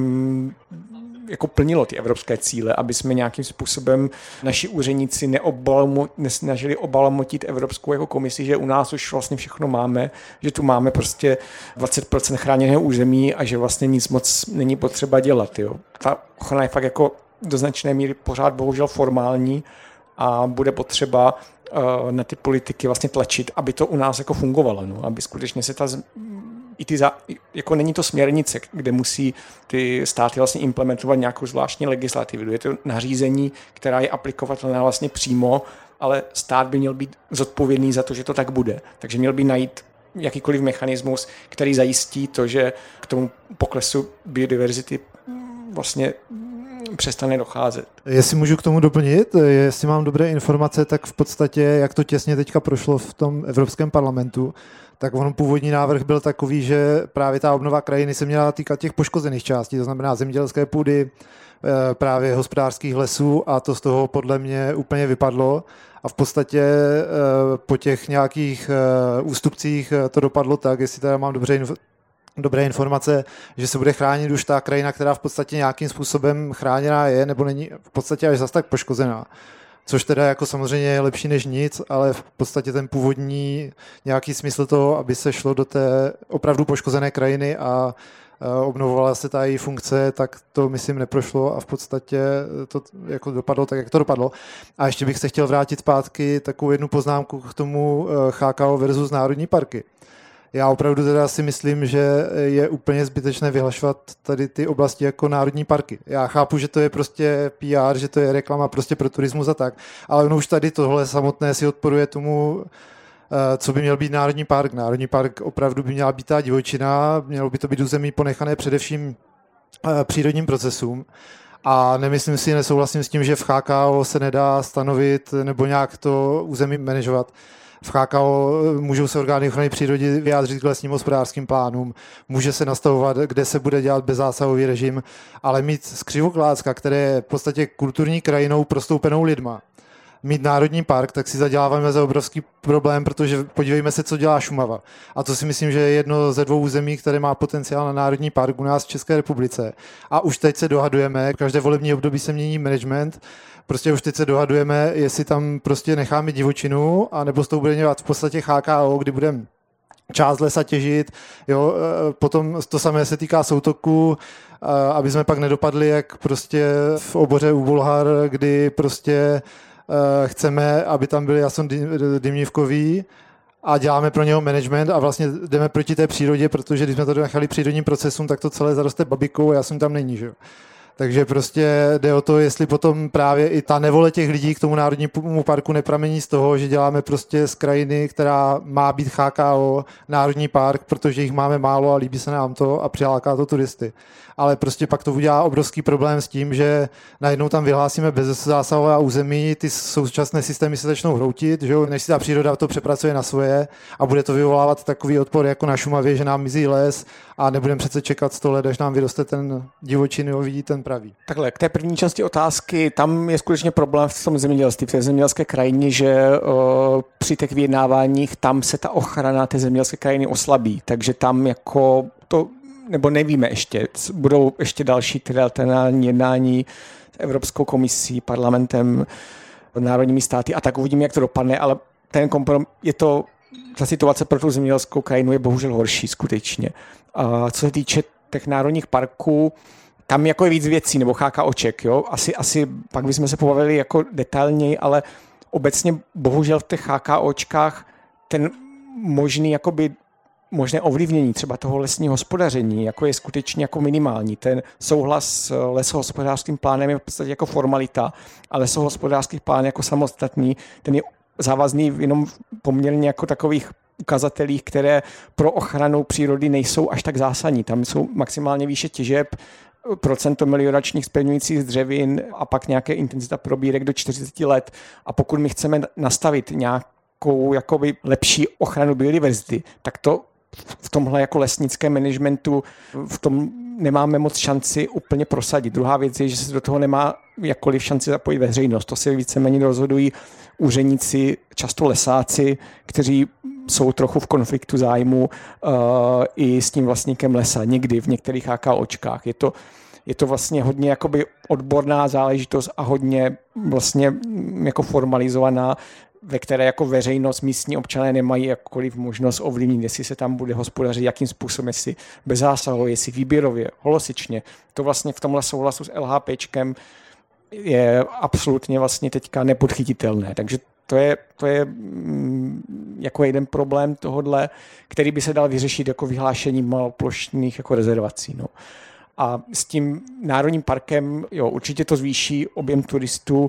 jako plnilo ty evropské cíle, aby jsme nějakým způsobem naši úředníci nesnažili obalamotit Evropskou jako komisi, že u nás už vlastně všechno máme, že tu máme prostě 20% chráněného území a že vlastně nic moc není potřeba dělat. Jo. Ta ochrana je fakt jako do značné míry pořád bohužel formální a bude potřeba na ty politiky vlastně tlačit, aby to u nás jako fungovalo, no, aby skutečně se jako není to směrnice, kde musí ty státy vlastně implementovat nějakou zvláštní legislativu. Je to nařízení, která je aplikovatelná vlastně přímo, ale stát by měl být zodpovědný za to, že to tak bude. Takže měl by najít jakýkoliv mechanismus, který zajistí to, že k tomu poklesu biodiverzity vlastně přestane docházet. Jestli můžu k tomu doplnit, jestli mám dobré informace, tak v podstatě, jak to těsně teďka prošlo v tom Evropském parlamentu, tak on původní návrh byl takový, že právě ta obnova krajiny se měla týkat těch poškozených částí, to znamená zemědělské půdy, právě hospodářských lesů a to z toho podle mě úplně vypadlo a v podstatě po těch nějakých ústupcích to dopadlo tak, jestli teda mám dobré informace, že se bude chránit už ta krajina, která v podstatě nějakým způsobem chráněná je, nebo není v podstatě až zas tak poškozená. Což teda jako samozřejmě je lepší než nic, ale v podstatě ten původní nějaký smysl toho, aby se šlo do té opravdu poškozené krajiny a obnovovala se ta její funkce, tak to myslím neprošlo a v podstatě to jako dopadlo tak, jak to dopadlo. A ještě bych se chtěl vrátit zpátky takovou jednu poznámku k tomu CHKO versus národní parky. Já opravdu teda si myslím, že je úplně zbytečné vyhlašovat tady ty oblasti jako národní parky. Já chápu, že to je prostě PR, že to je reklama prostě pro turismus a tak, ale ono už tady tohle samotné si odporuje tomu, co by měl být národní park. Národní park opravdu by měla být ta divočina, mělo by to být území ponechané především přírodním procesům. A nesouhlasím s tím, že v CHKO se nedá stanovit nebo nějak to území manažovat. V CHKO můžou se orgány ochrany přírody vyjádřit k lesním hospodářským plánům, může se nastavovat, kde se bude dělat bezzásahový režim, ale mít z Křivoklátska, které je v podstatě kulturní krajinou prostoupenou lidma, mít národní park, tak si zaděláváme za obrovský problém, protože podívejme se, co dělá Šumava. A to si myslím, že je jedno ze dvou území, které má potenciál na národní park u nás v České republice. A už teď se dohadujeme, každé volební období se mění management, prostě už teď se dohadujeme, jestli tam prostě necháme divočinu, anebo s tou bude dělat v podstatě CHKO, kdy budeme část lesa těžit, jo, potom to samé se týká soutoku, aby jsme pak nedopadli jak prostě v oboře u Bulhar, kdy prostě chceme, aby tam byli Jason Dimnívkový a děláme pro něho management a vlastně jdeme proti té přírodě, protože když jsme to nechali přírodním procesům, tak to celé zaroste babikou a Jason tam není, že jo. Takže prostě jde o to, jestli potom právě i ta nevole těch lidí k tomu národnímu parku nepramení z toho, že děláme prostě z krajiny, která má být CHKO, národní park, protože jich máme málo a líbí se nám to a přiláká to turisty. Ale prostě pak to udělá obrovský problém s tím, že najednou tam vyhlásíme bezzásahové území, ty současné systémy se začnou hroutit, že jo? Než si ta příroda to přepracuje na svoje a bude to vyvolávat takový odpor jako na Šumavě, že nám mizí les a nebudeme přece čekat 100 let, až nám vyroste ten divočinový, ten praví. Takhle, k té první části otázky, tam je skutečně problém v tom zemědělství, v té zemědělské krajině, že při těch vyjednáváních tam se ta ochrana té zemědělské krajiny oslabí, takže tam jako to, nebo nevíme ještě, budou ještě další trilaterální jednání s Evropskou komisí, parlamentem, národními státy a tak uvidíme, jak to dopadne, ale ta situace pro tu zemědělskou krajinu je bohužel horší skutečně. A co se týče těch národních parků, tam jako je víc věcí, nebo HKOček, jo? Asi pak bychom se pobavili jako detailněji, ale obecně bohužel v těch HKOčkách ten možné ovlivnění třeba toho lesního hospodaření jako je skutečně jako minimální. Ten souhlas s lesohospodářským plánem je v podstatě jako formalita, a lesohospodářský plán jako samostatný, ten je závazný jenom poměrně jako takových ukazatelích, které pro ochranu přírody nejsou až tak zásadní. Tam jsou maximálně výše těžeb, procento melioračních zpevňujících dřevin a pak nějaké intenzita probírek do 40 let. A pokud my chceme nastavit nějakou jakoby lepší ochranu biodiverzity, tak to v tomhle jako lesnickém managementu v tom nemáme moc šanci úplně prosadit. Druhá věc je, že se do toho nemá jakkoliv šanci zapojit veřejnost. To si víceméně rozhodují úředníci, často lesáci, kteří jsou trochu v konfliktu zájmu i s tím vlastníkem lesa, někdy v některých HKOčkách. Je to vlastně hodně jakoby odborná záležitost a hodně vlastně jako formalizovaná, ve které jako veřejnost, místní občané nemají jakkoliv možnost ovlivnit, jestli se tam bude hospodařit, jakým způsobem, jestli bez zásahu, jestli výběrově, holosičně. To vlastně v tomhle souhlasu s LHPčkem je absolutně vlastně teďka nepodchytitelné. Takže to je jako jeden problém tohodle, který by se dal vyřešit jako vyhlášením maloplošných jako rezervací. No. A s tím národním parkem, jo, určitě to zvýší objem turistů,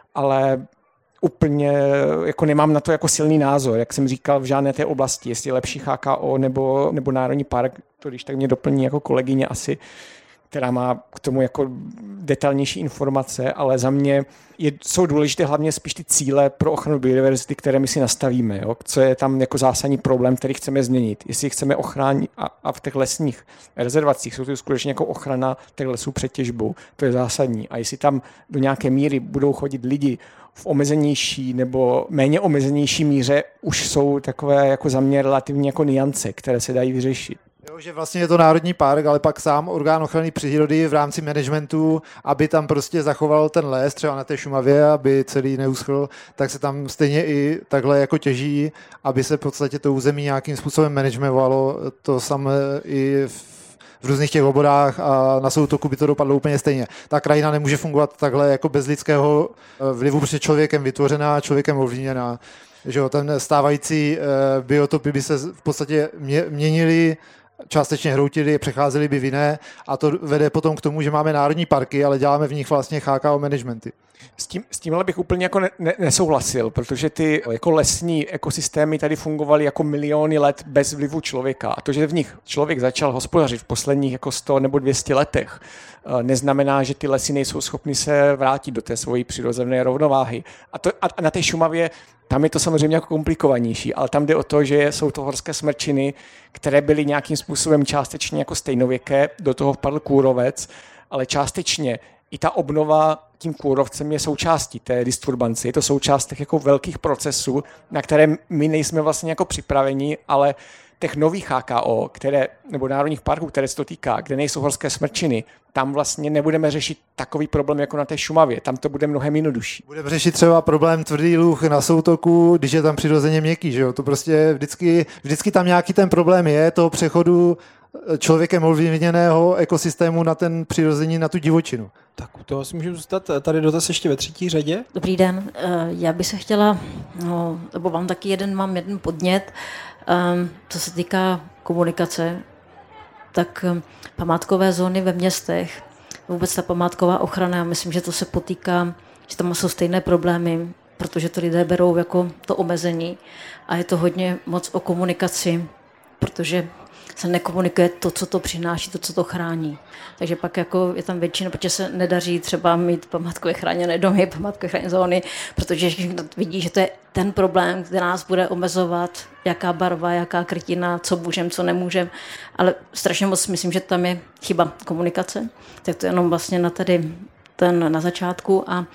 ale úplně jako nemám na to jako silný názor, jak jsem říkal, v žádné té oblasti, jestli je lepší HKO nebo národní park, to když tak mě doplní jako kolegyně asi, která má k tomu jako detailnější informace, ale za mě jsou důležité hlavně spíš ty cíle pro ochranu biodiverzity, které my si nastavíme, jo? Co je tam jako zásadní problém, který chceme změnit. Jestli chceme ochránit a v těch lesních rezervacích jsou to skutečně jako ochrana těch lesů před těžbou, to je zásadní. A jestli tam do nějaké míry budou chodit lidi v omezenější nebo méně omezenější míře, už jsou takové jako za mě relativně jako niance, které se dají vyřešit. Jo, že vlastně je to národní park, ale pak sám orgán ochrany přírody v rámci managementu, aby tam prostě zachoval ten les, třeba na té Šumavě, aby celý neuschl, tak se tam stejně i takhle jako těží, aby se v podstatě to území nějakým způsobem managementovalo. To samé i v různých těch oborách a na soutoku by to dopadlo úplně stejně. Ta krajina nemůže fungovat takhle jako bez lidského vlivu, protože člověkem vytvořená, člověkem ovlivněná. Že jo, ten stávající biotopy by se v podstatě měnily, částečně hroutili, přecházeli by v jiné a to vede potom k tomu, že máme národní parky, ale děláme v nich vlastně HKO managementy. S tímhle bych úplně jako nesouhlasil, protože ty jako lesní ekosystémy tady fungovaly jako miliony let bez vlivu člověka. A to, že v nich člověk začal hospodařit v posledních jako 100 nebo 200 letech, neznamená, že ty lesy nejsou schopny se vrátit do té svojí přirozené rovnováhy. A na té Šumavě tam je to samozřejmě jako komplikovanější, ale tam jde o to, že jsou to horské smrčiny, které byly nějakým způsobem částečně jako stejnověké, do toho vpadl kůrovec, ale částečně i ta obnova tím kůrovcem je součástí té disturbance. Je to součást těch jako velkých procesů, na které my nejsme vlastně jako připraveni, ale těch nových HKO, nebo národních parků, které se to týká, kde nejsou horské smrčiny, tam vlastně nebudeme řešit takový problém jako na té Šumavě. Tam to bude mnohem jednodušší. Budeme řešit třeba problém tvrdý luh na soutoku, když je tam přirozeně měkký, že jo? To prostě vždycky tam nějaký ten problém je, toho přechodu člověkem ovlivněného ekosystému na ten přirozený, na tu divočinu. Tak u toho si můžu zůstat. Tady dotaz ještě ve třetí řadě. Dobrý den, já bych se chtěla, nebo mám jeden podnět, co se týká komunikace, tak památkové zóny ve městech, vůbec ta památková ochrana, já myslím, že to se potýká, že tam jsou stejné problémy, protože to lidé berou jako to omezení a je to hodně moc o komunikaci, protože se nekomunikuje to, co to přináší, to, co to chrání. Takže pak jako je tam většina, protože se nedaří třeba mít památkově chráněné domy, památkově chráněné zóny, protože vidí, že to je ten problém, který nás bude omezovat, jaká barva, jaká krytina, co můžeme, co nemůžeme. Ale strašně moc myslím, že tam je chyba komunikace. Tak to je jenom vlastně na začátku a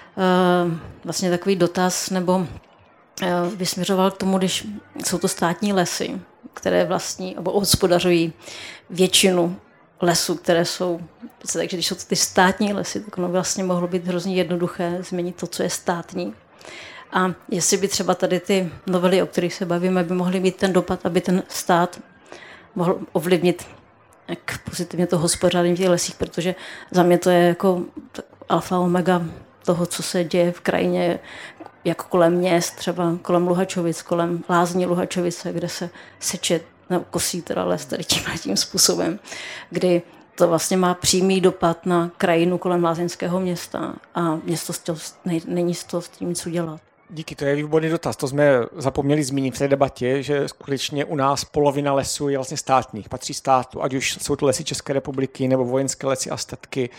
vlastně takový dotaz, nebo vysměřoval k tomu, když jsou to státní lesy, které vlastní nebo hospodařují většinu lesů, které jsou, takže když jsou to ty státní lesy, tak ono vlastně mohlo být hrozně jednoduché změnit to, co je státní. A jestli by třeba tady ty novely, o kterých se bavíme, by mohly mít ten dopad, aby ten stát mohl ovlivnit jak pozitivně to hospodaření v těch lesích, protože za mě to je jako alfa omega toho, co se děje v krajině, jako kolem měst, třeba kolem Luhačovic, kolem lázní Luhačovice, kde se seče, nebo kosí teda les tady tím způsobem, kdy to vlastně má přímý dopad na krajinu kolem lázeňského města a město není z toho s tím co dělat. Díky, to je výborný dotaz. To jsme zapomněli zmínit v té debatě, že skutečně u nás polovina lesů je vlastně státních, patří státu, ať už jsou to lesy České republiky, nebo vojenské lesy a statky,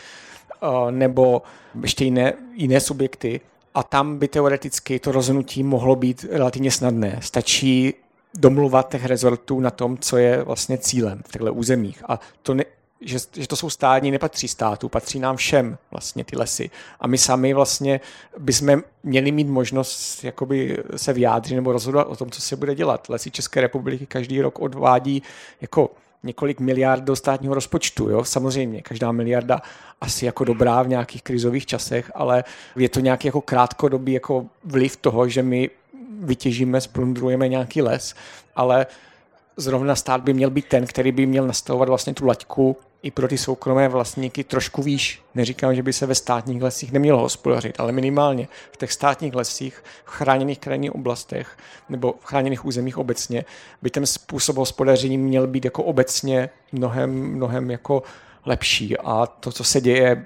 nebo ještě jiné subjekty. A tam by teoreticky to rozhodnutí mohlo být relativně snadné. Stačí domluvat těch rezortů na tom, co je vlastně cílem v těchto územích. A to že to jsou státní, nepatří státu, patří nám všem vlastně ty lesy. A my sami vlastně bychom měli mít možnost jakoby se vyjádřit nebo rozhodovat o tom, co se bude dělat. Lesy České republiky každý rok odvádí jako několik miliard do státního rozpočtu. Jo? Samozřejmě, každá miliarda asi jako dobrá v nějakých krizových časech, ale je to nějaký jako krátkodobý jako vliv toho, že my vytěžíme, splundrujeme nějaký les, ale zrovna stát by měl být ten, který by měl nastavovat vlastně tu laťku i pro ty soukromé vlastníky trošku výš. Neříkám, že by se ve státních lesích nemělo hospodařit, ale minimálně v těch státních lesích, v chráněných krajinných oblastech nebo v chráněných územích obecně by ten způsob hospodaření měl být jako obecně mnohem jako lepší. A to, co se děje,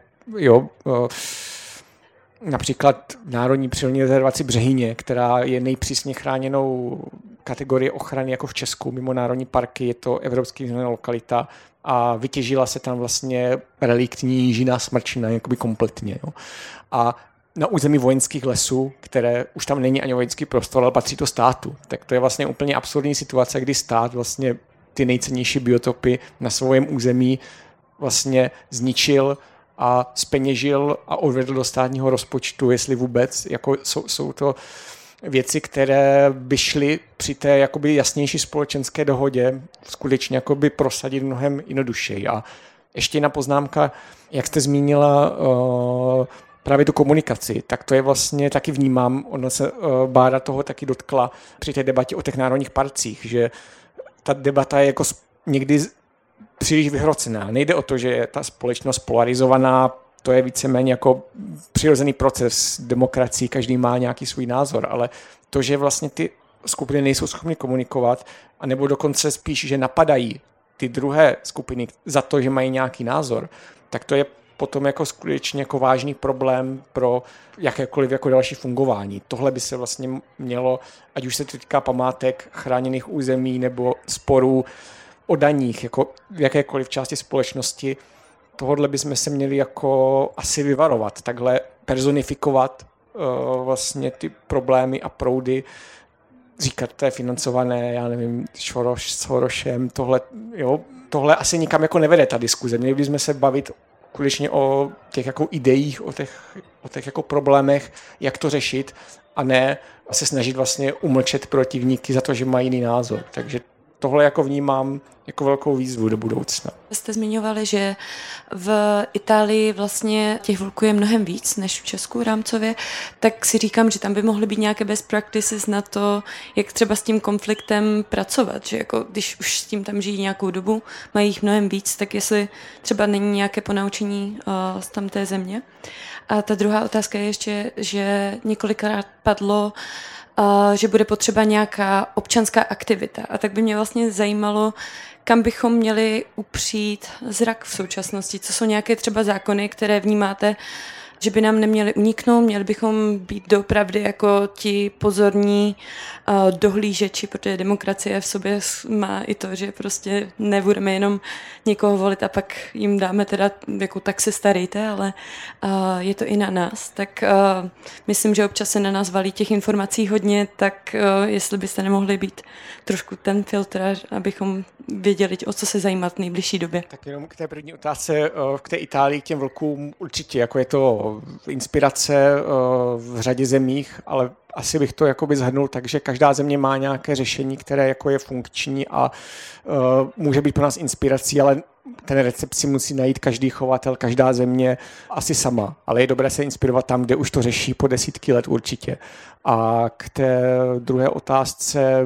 například v Národní přírodní rezervaci Břehyně, která je nejpřísně chráněnou kategorie ochrany jako v Česku, mimo národní parky, je to evropský významná lokalita a vytěžila se tam vlastně reliktní nížina smrčina jakoby kompletně. Jo. A na území vojenských lesů, které už tam není ani vojenský prostor, ale patří to státu. Tak to je vlastně úplně absurdní situace, kdy stát vlastně ty nejcennější biotopy na svém území vlastně zničil a zpeněžil a odvedl do státního rozpočtu, jestli vůbec, jako jsou to věci, které by šly při té jakoby jasnější společenské dohodě skutečně jakoby prosadit mnohem jednodušeji. A ještě jedna poznámka, jak jste zmínila právě tu komunikaci, tak to je vlastně, taky vnímám, ona se Bára toho taky dotkla při té debatě o těch národních parcích, že ta debata je jako někdy příliš vyhrocená. Nejde o to, že je ta společnost polarizovaná, to je víceméně jako přirozený proces demokracie, každý má nějaký svůj názor, ale to, že vlastně ty skupiny nejsou schopny komunikovat, anebo dokonce spíš, že napadají ty druhé skupiny za to, že mají nějaký názor, tak to je potom jako skutečně jako vážný problém pro jakékoliv jako další fungování. Tohle by se vlastně mělo, ať už se to týká památek, chráněných území nebo sporů o daních, jako v jakékoliv části společnosti, tohodle bychom se měli jako asi vyvarovat, takhle personifikovat vlastně ty problémy a proudy, říkat, to je financované, já nevím, Sorosem, tohle asi nikam jako nevede ta diskuze. Měli bychom se bavit skutečně o těch jako ideích, o těch jako problémech, jak to řešit a ne se snažit vlastně umlčet protivníky za to, že mají jiný názor. Takže tohle jako vnímám jako velkou výzvu do budoucna. Jste zmiňovali, že v Itálii vlastně těch vlků je mnohem víc než v Česku rámcově, tak si říkám, že tam by mohly být nějaké best practices na to, jak třeba s tím konfliktem pracovat, že jako když už s tím tam žijí nějakou dobu, mají jich mnohem víc, tak jestli třeba není nějaké ponaučení z tamté země. A ta druhá otázka je ještě, že několikrát padlo, že bude potřeba nějaká občanská aktivita. A tak by mě vlastně zajímalo, kam bychom měli upřít zrak v současnosti. Co jsou nějaké třeba zákony, které vnímáte, že by nám neměli uniknout, měli bychom být doopravdy jako ti pozorní dohlížeči, protože demokracie v sobě má i to, že prostě nebudeme jenom někoho volit a pak jim dáme teda, jako tak se starejte, ale je to i na nás. Tak myslím, že občas se na nás valí těch informací hodně, tak jestli byste nemohli být trošku ten filtr, abychom věděli, o co se zajímat v nejbližší době. Tak jenom k té první otázce, k té Itálii, k těm vlkům určitě, jako je to inspirace v řadě zemích, ale asi bych to jakoby shrnul tak, že každá země má nějaké řešení, které jako je funkční a může být pro nás inspirací, ale ten recept si musí najít každý chovatel, každá země asi sama, ale je dobré se inspirovat tam, kde už to řeší po desítky let určitě. A k té druhé otázce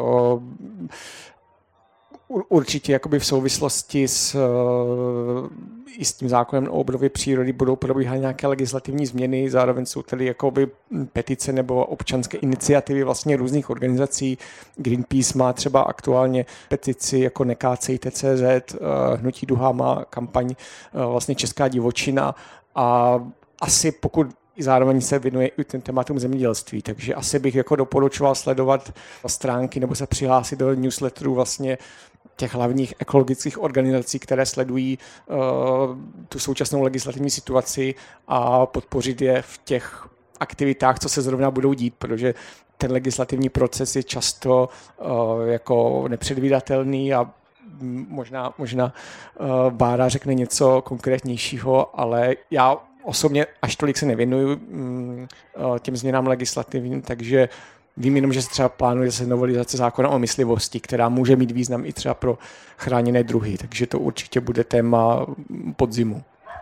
určitě jakoby v souvislosti i s tím zákonem o obnově přírody budou probíhat nějaké legislativní změny, zároveň jsou tady jakoby petice nebo občanské iniciativy vlastně různých organizací. Greenpeace má třeba aktuálně petici jako Nekácejte.cz, Hnutí Duha má kampaň vlastně Česká divočina a asi pokud i zároveň se věnuje i ten tématům zemědělství, takže asi bych jako doporučoval sledovat stránky nebo se přihlásit do newsletterů vlastně těch hlavních ekologických organizací, které sledují tu současnou legislativní situaci a podpořit je v těch aktivitách, co se zrovna budou dít, protože ten legislativní proces je často jako nepředvídatelný a možná Bára řekne něco konkrétnějšího, ale já osobně až tolik se nevěnuju těm změnám legislativním, takže vím jenom, že se třeba plánuje se novelizace zákona o myslivosti, která může mít význam i třeba pro chráněné druhy, takže to určitě bude téma podzimu.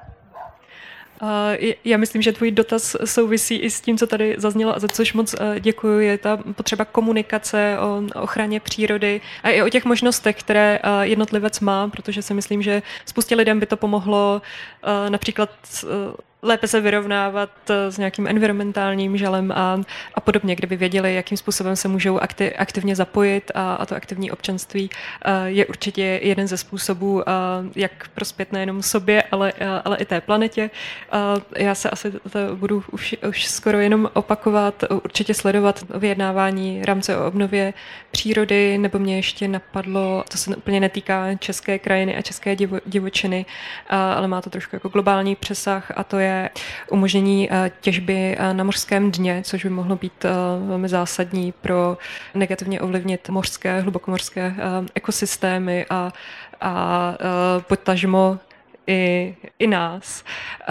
Já myslím, že tvůj dotaz souvisí i s tím, co tady zaznělo a za což moc děkuju, je ta potřeba komunikace o ochraně přírody a i o těch možnostech, které jednotlivec má, protože si myslím, že spoustě lidem by to pomohlo například lépe se vyrovnávat s nějakým environmentálním žalem a podobně, kdyby věděli, jakým způsobem se můžou aktivně zapojit a to aktivní občanství je určitě jeden ze způsobů, jak prospět nejenom sobě, ale i té planetě. Já se asi to budu už skoro jenom opakovat, určitě sledovat vyjednávání rámce o obnově přírody, nebo mě ještě napadlo, to se úplně netýká české krajiny a české divočiny, ale má to trošku jako globální přesah a to je umožnění těžby na mořském dně, což by mohlo být velmi zásadní pro negativně ovlivnit hlubokomorské ekosystémy a potažmo i nás.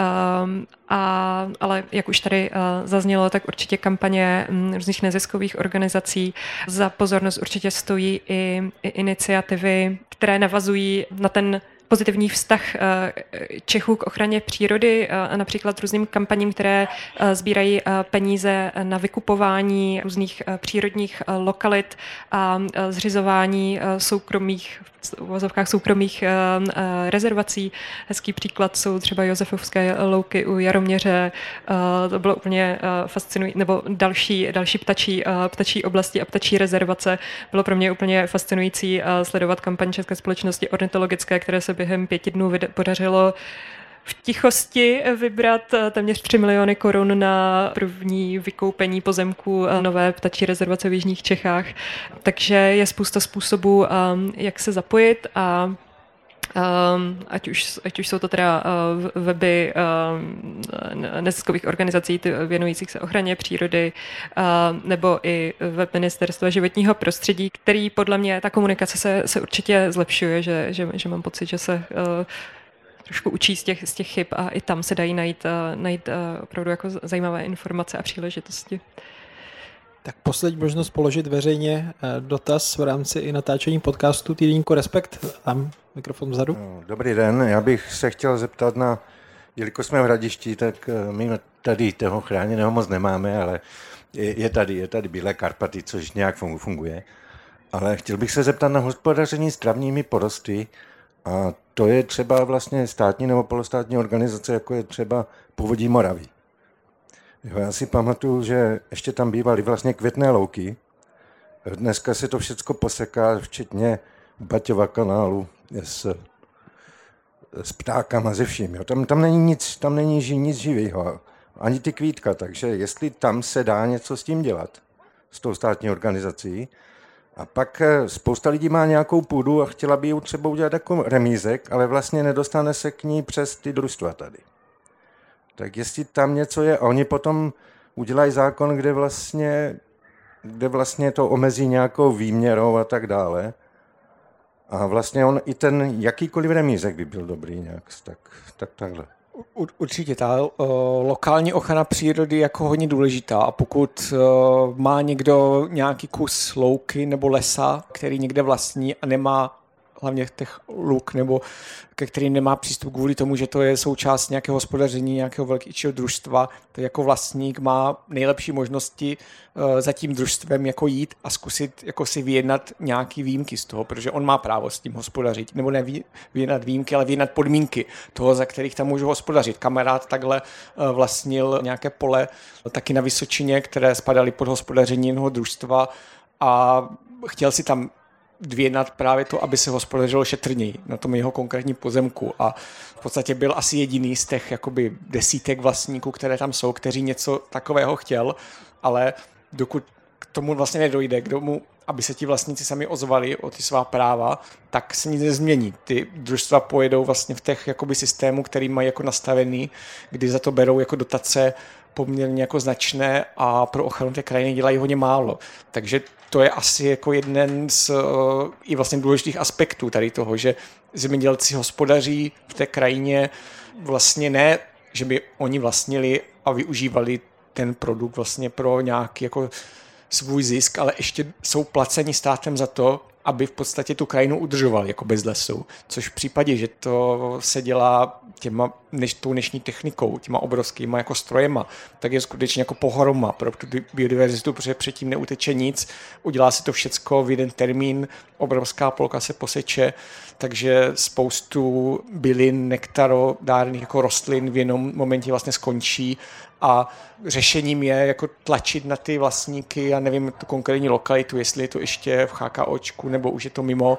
Ale jak už tady zaznělo, tak určitě kampaně různých neziskových organizací za pozornost určitě stojí i iniciativy, které navazují na ten pozitivní vztah Čechů k ochraně přírody, například různým kampaním, které sbírají peníze na vykupování různých přírodních lokalit a zřizování soukromých rezervací. Hezký příklad jsou třeba Josefovské louky u Jaroměře. To bylo úplně fascinující, nebo další ptačí oblasti a ptačí rezervace. Bylo pro mě úplně fascinující sledovat kampaň České společnosti ornitologické, které se během 5 dnů podařilo v tichosti vybrat téměř 3 miliony korun na první vykoupení pozemků nové ptačí rezervace v jižních Čechách. Takže je spousta způsobů, jak se zapojit a ať už jsou to teda weby neziskových organizací věnujících se ochraně přírody, nebo i web Ministerstva životního prostředí, který podle mě ta komunikace se určitě zlepšuje, že mám pocit, že se trošku učí z těch chyb a i tam se dají najít opravdu jako zajímavé informace a příležitosti. Tak poslední možnost položit veřejně dotaz v rámci i natáčení podcastu týdeníku Respekt. Tam mikrofon vzadu. Dobrý den, já bych se chtěl zeptat jelikož jsme v Hradišti, tak my tady toho chráněného moc nemáme, ale je tady Bílé Karpaty, což nějak funguje. Ale chtěl bych se zeptat na hospodaření s travními porosty, a to je třeba vlastně státní nebo polostátní organizace, jako je třeba Povodí Moravy. Jo, já si pamatuju, že ještě tam bývaly vlastně květné louky. Dneska se to všecko poseká, včetně Baťova kanálu s ptákama, ze vším. Jo. Tam není nic živého. ani ty kvítka, takže jestli tam se dá něco s tím dělat, s tou státní organizací, a pak spousta lidí má nějakou půdu a chtěla by ji třeba udělat jako remízek, ale vlastně nedostane se k ní přes ty družstva tady. Tak jestli tam něco je, a oni potom udělají zákon, kde vlastně to omezí nějakou výměrou a tak dále. A vlastně on i ten jakýkoliv remízek by byl dobrý nějak, tak takhle. Určitě, ta lokální ochrana přírody je jako hodně důležitá a pokud má někdo nějaký kus louky nebo lesa, který někde vlastní a nemá hlavně těch luk, nebo ke kterým nemá přístup kvůli tomu, že to je součást nějakého hospodaření, nějakého velkého družstva, tak jako vlastník má nejlepší možnosti za tím družstvem jako jít a zkusit jako si vyjednat nějaký výjimky z toho, protože on má právo s tím hospodařit, nebo ne vyjednat výjimky, ale vyjednat podmínky toho, za kterých tam můžu hospodařit. Kamarád takhle vlastnil nějaké pole taky na Vysočině, které spadaly pod hospodaření jednoho družstva a chtěl si tam vyjednat právě to, aby se hospodařilo šetrněji na tom jeho konkrétním pozemku a v podstatě byl asi jediný z těch jakoby desítek vlastníků, které tam jsou, kteří něco takového chtěl, ale dokud k tomu vlastně nedojde, k tomu, aby se ti vlastníci sami ozvali o ty svá práva, tak se nic nezmění. Ty družstva pojedou vlastně v těch jakoby systému, který mají jako nastavený, kdy za to berou jako dotace poměrně jako značné a pro ochranu té krajiny dělají hodně málo. Takže to je asi jako jeden z i vlastně důležitých aspektů tady toho, že zemědělci hospodaří v té krajině vlastně ne, že by oni vlastnili a využívali ten produkt vlastně pro nějaký jako svůj zisk, ale ještě jsou placeni státem za to, aby v podstatě tu krajinu udržovali jako bez lesů. Což v případě, že to se dělá tou dnešní technikou, těma obrovskýma jako strojema, tak je skutečně jako pohroma pro tu biodiverzitu, protože předtím neuteče nic, udělá se to všecko v jeden termín, obrovská polka se poseče, takže spoustu bylin, nektarodárných jako rostlin v jednom momentě vlastně skončí a řešením je jako tlačit na ty vlastníky, já nevím tu konkrétní lokalitu, jestli je to ještě v HKOčku nebo už je to mimo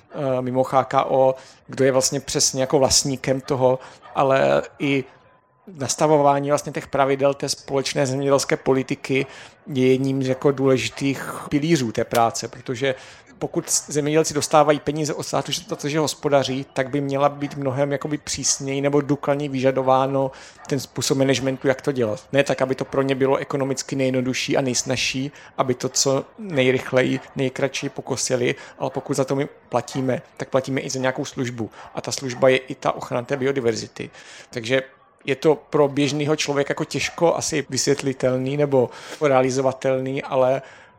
HKO, kdo je vlastně přesně jako vlastníkem toho, ale i nastavování vlastně těch pravidel té společné zemědělské politiky je jedním z jako důležitých pilířů té práce, protože pokud zemědělci dostávají peníze od státu, že hospodaří, tak by měla být mnohem jakoby přísněji nebo důkladněji vyžadováno ten způsob managementu, jak to dělat. Ne tak, aby to pro ně bylo ekonomicky nejjednodušší a nejsnažší, aby to co nejrychleji, nejkratší pokosili, ale pokud za to my platíme, tak platíme i za nějakou službu. A ta služba je i ta ochrana té biodiverzity. Takže je to pro běžného člověka jako těžko asi vysvětlitelný nebo realizovatelný, ale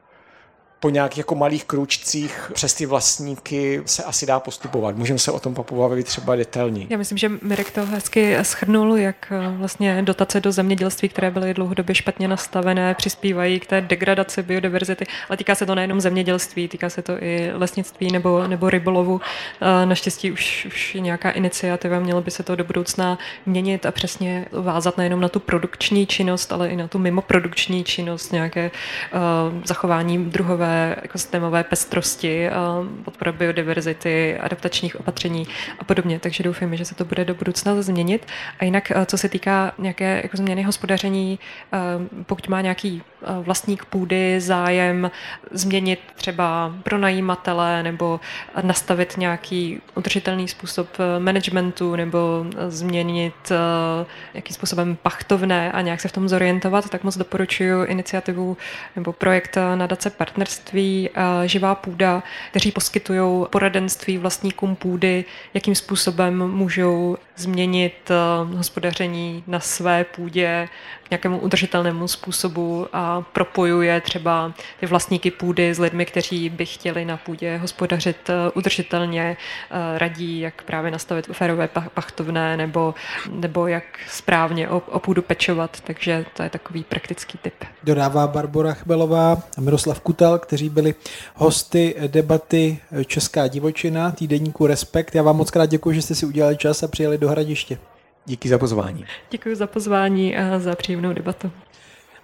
po nějakých jako malých krůčcích přes ty vlastníky se asi dá postupovat. Můžeme se o tom pobavit třeba detailně. Já myslím, že Mirek to hezky shrnul, jak vlastně dotace do zemědělství, které byly dlouhodobě špatně nastavené, přispívají k té degradaci biodiverzity, ale týká se to nejenom zemědělství, týká se to i lesnictví nebo rybolovu. Naštěstí už je nějaká iniciativa, mělo by se to do budoucna měnit a přesně vázat nejenom na tu produkční činnost, ale i na tu mimoprodukční činnost, nějaké zachování druhové ekosystémové pestrosti, podpora biodiverzity, adaptačních opatření a podobně. Takže doufám, že se to bude do budoucna změnit. A jinak, co se týká nějaké jako změny hospodaření, pokud má nějaký vlastník půdy zájem změnit třeba pronajímatele nebo nastavit nějaký udržitelný způsob managementu nebo změnit jakým způsobem pachtovné a nějak se v tom zorientovat, tak moc doporučuji iniciativu nebo projekt nadace Partnerství Živá půda, kteří poskytují poradenství vlastníkům půdy, jakým způsobem můžou změnit hospodaření na své půdě k nějakému udržitelnému způsobu a propojuje třeba ty vlastníky půdy s lidmi, kteří by chtěli na půdě hospodařit udržitelně, radí, jak právě nastavit férové pachtovné nebo jak správně o půdu pečovat, takže to je takový praktický tip. Dodává Barbora Chmelová a Miroslav Kutal, kteří byli hosty debaty Česká divočina, týdeníku Respekt. Já vám moc krát děkuji, že jste si udělali čas a přijeli do Hradiště. Díky za pozvání. Děkuji za pozvání a za příjemnou debatu.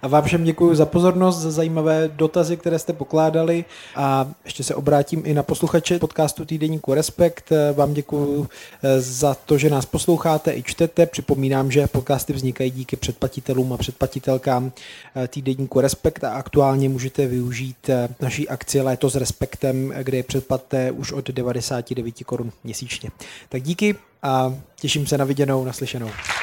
A vám všem děkuji za pozornost, za zajímavé dotazy, které jste pokládali a ještě se obrátím i na posluchače podcastu týdeníku Respekt. Vám děkuji za to, že nás posloucháte i čtete. Připomínám, že podcasty vznikají díky předplatitelům a předplatitelkám týdeníku Respekt a aktuálně můžete využít naší akci Léto s Respektem, kde je předplatte už od 99 korun měsíčně. Tak díky a těším se na viděnou, naslyšenou.